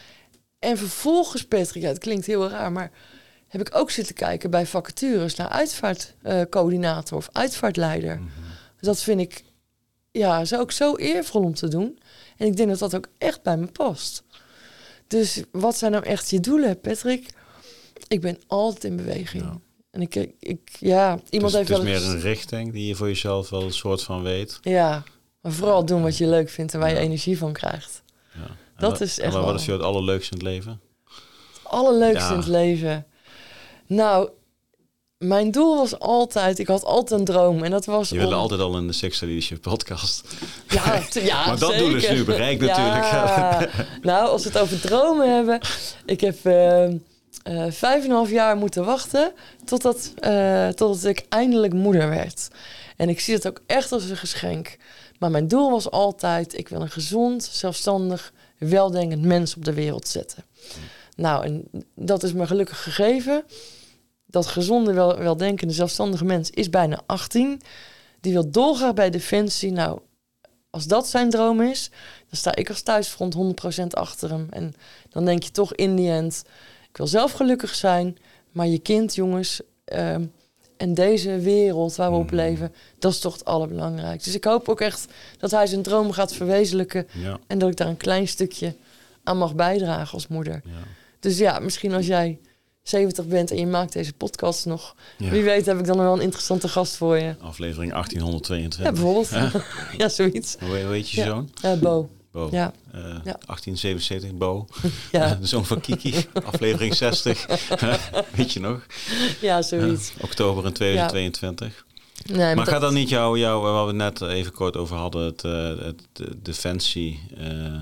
En vervolgens, Patrick, ja, het klinkt heel raar, maar heb ik ook zitten kijken bij vacatures naar uitvaartcoördinator uh, of uitvaartleider. Mm-hmm. Dat vind ik, ja, is ook zo eervol om te doen. En ik denk dat dat ook echt bij me past. Dus wat zijn nou echt je doelen, Patrick? Ik ben altijd in beweging. Ja. En ik, ik, ja, iemand dus, heeft het is wel meer een richting die je voor jezelf wel een soort van weet. Ja, maar vooral doen wat je leuk vindt en waar ja. je energie van krijgt. Ja. Dat wat, is echt maar wel... wat is jou het allerleukste in het leven? Het allerleukste ja. in het leven? Nou, mijn doel was altijd... Ik had altijd een droom en dat was Je wilde om... altijd al in de Six Star Leadership podcast. Ja, t- ja maar dat zeker. doel is nu bereikt natuurlijk. Ja. Nou, als we het over dromen hebben... Ik heb... Uh, Uh, vijf en een half jaar moeten wachten totdat, uh, totdat ik eindelijk moeder werd. En ik zie het ook echt als een geschenk. Maar mijn doel was altijd, ik wil een gezond, zelfstandig, weldenkend mens op de wereld zetten. Mm. Nou, en dat is me gelukkig gegeven. Dat gezonde, wel, weldenkende, zelfstandige mens is bijna achttien. Die wil dolgraag bij Defensie. Nou, als dat zijn droom is, dan sta ik als thuisfront honderd procent achter hem. En dan denk je toch in die end... Ik wil zelf gelukkig zijn, maar je kind, jongens... Um, en deze wereld waar we op leven, dat is toch het allerbelangrijkste. Dus ik hoop ook echt dat hij zijn droom gaat verwezenlijken... Ja. En dat ik daar een klein stukje aan mag bijdragen als moeder. Ja. Dus ja, misschien als jij zeventig bent en je maakt deze podcast nog... Ja. Wie weet heb ik dan wel een interessante gast voor je. Aflevering achttienhonderdtweeëntwintig. Ja, bijvoorbeeld. Ja, ja zoiets. Hoe heet je ja. zoon? Ja, Bo. Bo. Ja. Uh, ja. achttien zevenenzeventig, Bo. Ja. De zoon van Kiki, aflevering zestig. Weet je nog? Ja, zoiets. Uh, oktober in tweeduizend tweeëntwintig. Ja. Nee, maar maar dat... gaat dan niet jou, jou, waar we net even kort over hadden, het, uh, het de Defensie, uh, uh,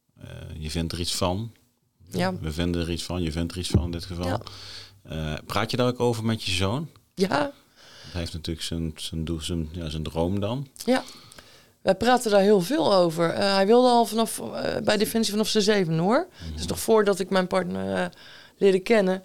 je vindt er iets van. Ja. We vinden er iets van, je vindt er iets van in dit geval. Ja. Uh, praat je daar ook over met je zoon? Ja. Hij heeft natuurlijk zijn, zijn, doel, zijn, ja, zijn droom dan. Ja. Wij praten daar heel veel over. Uh, hij wilde al vanaf uh, bij Defensie vanaf zijn zeven hoor. Mm-hmm. Dus nog voordat ik mijn partner uh, leerde kennen.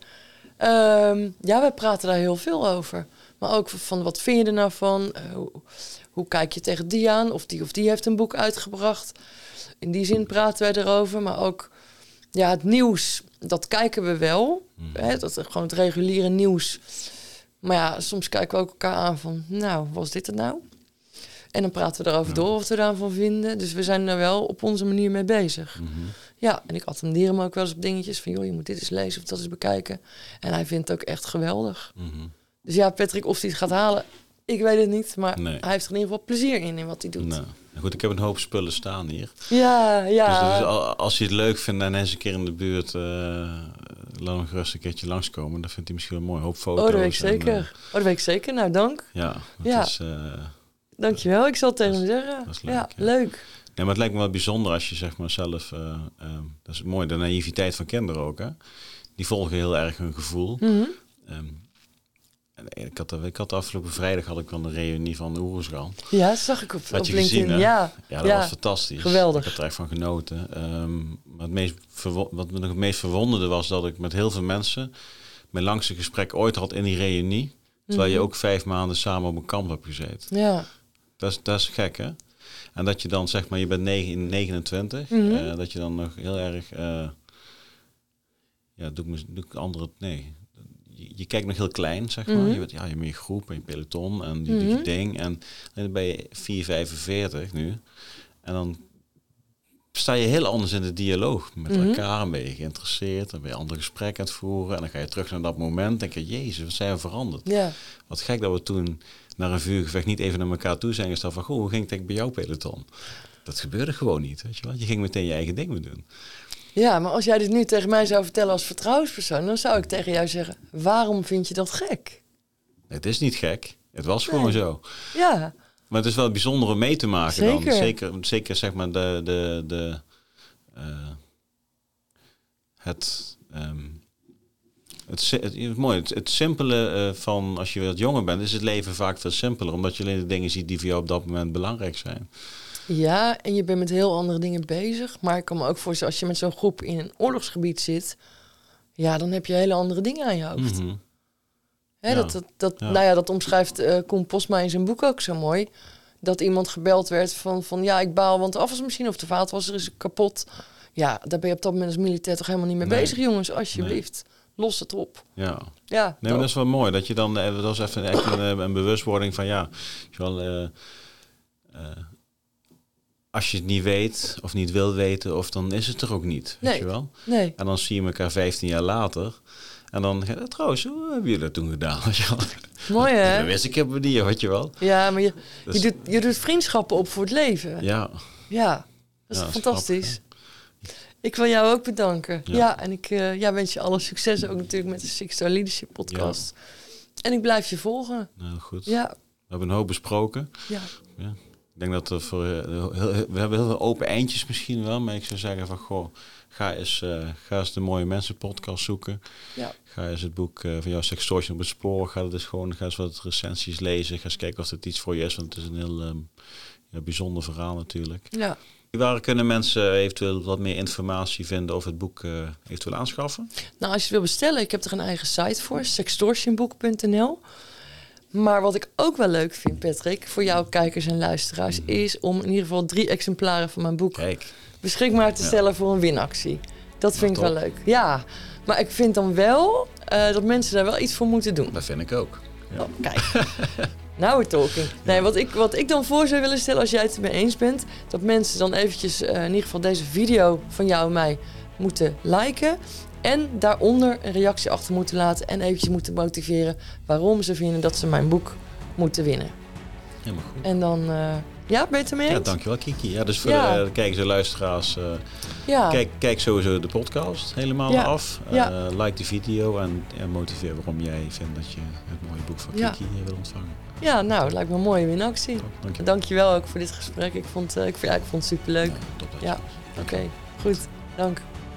Um, ja, wij praten daar heel veel over. Maar ook van wat vind je er nou van? Uh, hoe, hoe kijk je tegen die aan? Of die of die heeft een boek uitgebracht. In die zin praten wij erover. Maar ook ja, het nieuws, dat kijken we wel. Mm-hmm. Hè, dat is gewoon het reguliere nieuws. Maar ja, soms kijken we ook elkaar aan van... Nou, wat is dit er nou? En dan praten we erover ja. door wat we daarvan vinden. Dus we zijn er wel op onze manier mee bezig. Mm-hmm. Ja, en ik attendeer hem ook wel eens op dingetjes van... joh, je moet dit eens lezen of dat eens bekijken. En hij vindt het ook echt geweldig. Mm-hmm. Dus ja, Patrick, of hij het gaat halen, ik weet het niet. Maar nee. hij heeft er in ieder geval plezier in, in wat hij doet. Nou, goed, ik heb een hoop spullen staan hier. Ja, ja. Dus, dus als hij het leuk vindt en eens een keer in de buurt... Uh, laat hem gerust een keertje langskomen. Dan vindt hij misschien wel mooi. Een hoop foto's. Oh, dat weet ik zeker. En, uh, oh, dat weet ik zeker. Nou, dank. Ja, ja. Is, uh, dankjewel, ik zal het tegen hem zeggen. Dat is leuk, ja, ja, leuk. Ja, maar het lijkt me wel bijzonder als je zeg maar zelf... Uh, uh, dat is mooi, de naïviteit van kinderen ook, hè. Die volgen heel erg hun gevoel. Mm-hmm. Um, en ik, had, ik had afgelopen vrijdag had ik al een reunie van de Oeroesgal. Ja, dat zag ik op, had op je LinkedIn. Gezien, ja. ja, dat ja. was fantastisch. Geweldig. Ik heb er echt van genoten. Um, maar het meest verwo- wat me nog het meest verwonderde was dat ik met heel veel mensen... mijn langste gesprek ooit had in die reunie... terwijl mm-hmm. je ook vijf maanden samen op een kamp hebt gezeten. Ja. Dat is, dat is gek, hè? En dat je dan, zeg maar, je bent negen, negenentwintig... Mm-hmm. Uh, dat je dan nog heel erg... Uh, ja, doe ik, doe ik andere... Nee... Je, je kijkt nog heel klein, zeg maar. Mm-hmm. Je bent ja, je bent je groep en je peloton en die, mm-hmm. die ding. En, en dan ben je vier vijfenveertig nu. En dan sta je heel anders in de dialoog met mm-hmm. elkaar. En ben je geïnteresseerd. Dan ben je andere gesprekken aan het voeren. En dan ga je terug naar dat moment. En denk je, jezus, wat zijn we veranderd? Yeah. Wat gek dat we toen naar een vuurgevecht niet even naar elkaar toe zijn gesteld van, goh, hoe ging het bij jouw peloton? Dat gebeurde gewoon niet, weet je wel. Je ging meteen je eigen ding doen. Ja, maar als jij dit nu tegen mij zou vertellen als vertrouwenspersoon... dan zou ik tegen jou zeggen, waarom vind je dat gek? Het is niet gek. Het was nee. gewoon zo. Ja. Maar het is wel bijzonder om mee te maken. Zeker. Dan. Zeker, zeker zeg maar de... de, de uh, het... Um, het, het, het, het, mooi, het, het simpele uh, van als je wat jonger bent... is het leven vaak veel simpeler. Omdat je alleen de dingen ziet die voor jou op dat moment belangrijk zijn. Ja, en je bent met heel andere dingen bezig. Maar ik kan me ook voorstellen, als je met zo'n groep in een oorlogsgebied zit... ja, dan heb je hele andere dingen aan je hoofd. Mm-hmm. Hè, ja. Dat, dat, dat, ja. Nou ja, dat omschrijft uh, Koen Posma in zijn boek ook zo mooi. dat iemand gebeld werd van, van ja, ik baal, want de afwasmachine of de vaatwasser is kapot. Ja, daar ben je op dat moment als militair toch helemaal niet mee Nee. bezig, jongens. Alsjeblieft, nee. Los het op. Ja, ja nee, maar dat is wel mooi. Dat je dan, dat was even echt een, een bewustwording van ja, wel, uh, uh, als je het niet weet of niet wil weten, of dan is het er ook niet, weet nee. je wel? Nee. En dan zie je elkaar vijftien jaar later. En dan, trouwens, hoe hebben jullie dat toen gedaan? Mooi, hè? Dat wist ik heb niet, weet je wel. Ja, maar je, dus, je, doet, je doet vriendschappen op voor het leven. Ja. Ja, dat is ja, fantastisch. Grappig, ik wil jou ook bedanken. Ja, ja en ik uh, ja, wens je alle succes ook natuurlijk met de Six Star Leadership podcast. Ja. En ik blijf je volgen. Nou, goed. Ja. We hebben een hoop besproken. Ja. ja. Ik denk dat er voor, uh, heel, heel, we hebben heel veel open eindjes misschien wel, maar ik zou zeggen van goh, ga eens, uh, ga eens de Mooie Mensen podcast zoeken. Ja. Ga eens het boek uh, van jou Sextortion op het spoor. Ga dus gewoon, ga eens wat recensies lezen. Ga eens kijken of het iets voor je is, want het is een heel um, ja, bijzonder verhaal natuurlijk. Ja. Waar kunnen mensen eventueel wat meer informatie vinden of het boek uh, eventueel aanschaffen? Nou, als je het wil bestellen, ik heb er een eigen site voor, sextortionboek punt n l. Maar wat ik ook wel leuk vind, Patrick, voor jouw kijkers en luisteraars, mm. is om in ieder geval drie exemplaren van mijn boek Kijk. beschikbaar te ja. stellen voor een winactie. Dat vind nou, ik wel leuk. Ja, maar ik vind dan wel uh, dat mensen daar wel iets voor moeten doen. Dat vind ik ook. Ja. Oh, kijk. Nou, we're talking. Nee, wat ik, wat ik dan voor zou willen stellen, als jij het ermee eens bent, dat mensen dan eventjes uh, in ieder geval deze video van jou en mij moeten liken. En daaronder een reactie achter moeten laten en eventjes moeten motiveren waarom ze vinden dat ze mijn boek moeten winnen. Helemaal goed. En dan, uh, ja, ben je het ermee eens? Ja, dankjewel Kiki. Ja, dus voor ja. de, de kijkers en luisteraars, uh, ja. kijk, kijk sowieso de podcast helemaal ja. af. Uh, ja. Like de video en, en motiveer waarom jij vindt dat je het mooie boek van ja. Kiki wil ontvangen. Ja, nou, het lijkt me een mooie winactie. Dank je. Dankjewel ook voor dit gesprek. Ik vond, uh, ik, ja, ik vond het superleuk. Ja, top, ja. oké. Okay. Goed. Dank.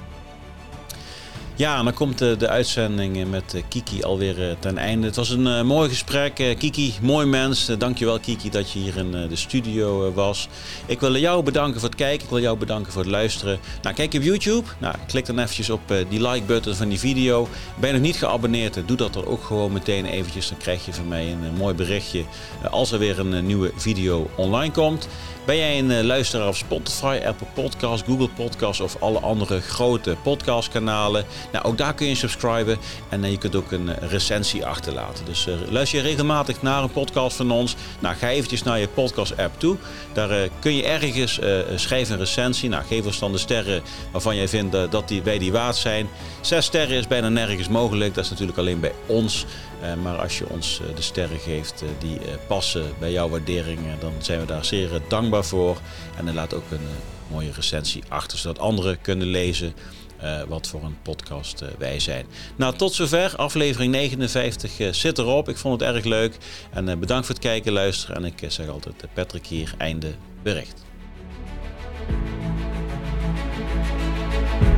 Ja, en dan komt de, de uitzending met uh, Kiki alweer uh, ten einde. Het was een uh, mooi gesprek. Uh, Kiki, mooi mens. Uh, dankjewel Kiki dat je hier in uh, de studio uh, was. Ik wil jou bedanken voor het kijken. Ik wil jou bedanken voor het luisteren. Nou, kijk je op YouTube? Nou, klik dan eventjes op uh, die like-button van die video. Ben je nog niet geabonneerd? Doe dat dan ook gewoon meteen eventjes. Dan krijg je van mij een, een mooi berichtje uh, als er weer een uh, nieuwe video online komt. Ben jij een uh, luisteraar op Spotify, Apple Podcasts, Google Podcasts of alle andere grote podcastkanalen? Nou, ook daar kun je subscriben en uh, je kunt ook een uh, recensie achterlaten. Dus uh, luister je regelmatig naar een podcast van ons? Nou, ga eventjes naar je podcast-app toe. Daar uh, kun je ergens uh, schrijven een recensie. Nou, geef ons dan de sterren waarvan jij vindt uh, dat die, wij die waard zijn. Zes sterren is bijna nergens mogelijk. Dat is natuurlijk alleen bij ons. Uh, maar als je ons uh, de sterren geeft uh, die uh, passen bij jouw waarderingen, dan zijn we daar zeer uh, dankbaar voor. En dan laat ook een uh, mooie recensie achter, zodat anderen kunnen lezen uh, wat voor een podcast uh, wij zijn. Nou, tot zover. Aflevering negenenvijftig uh, zit erop. Ik vond het erg leuk. En uh, bedankt voor het kijken en luisteren. En ik uh, zeg altijd, uh, Patrick hier, einde bericht.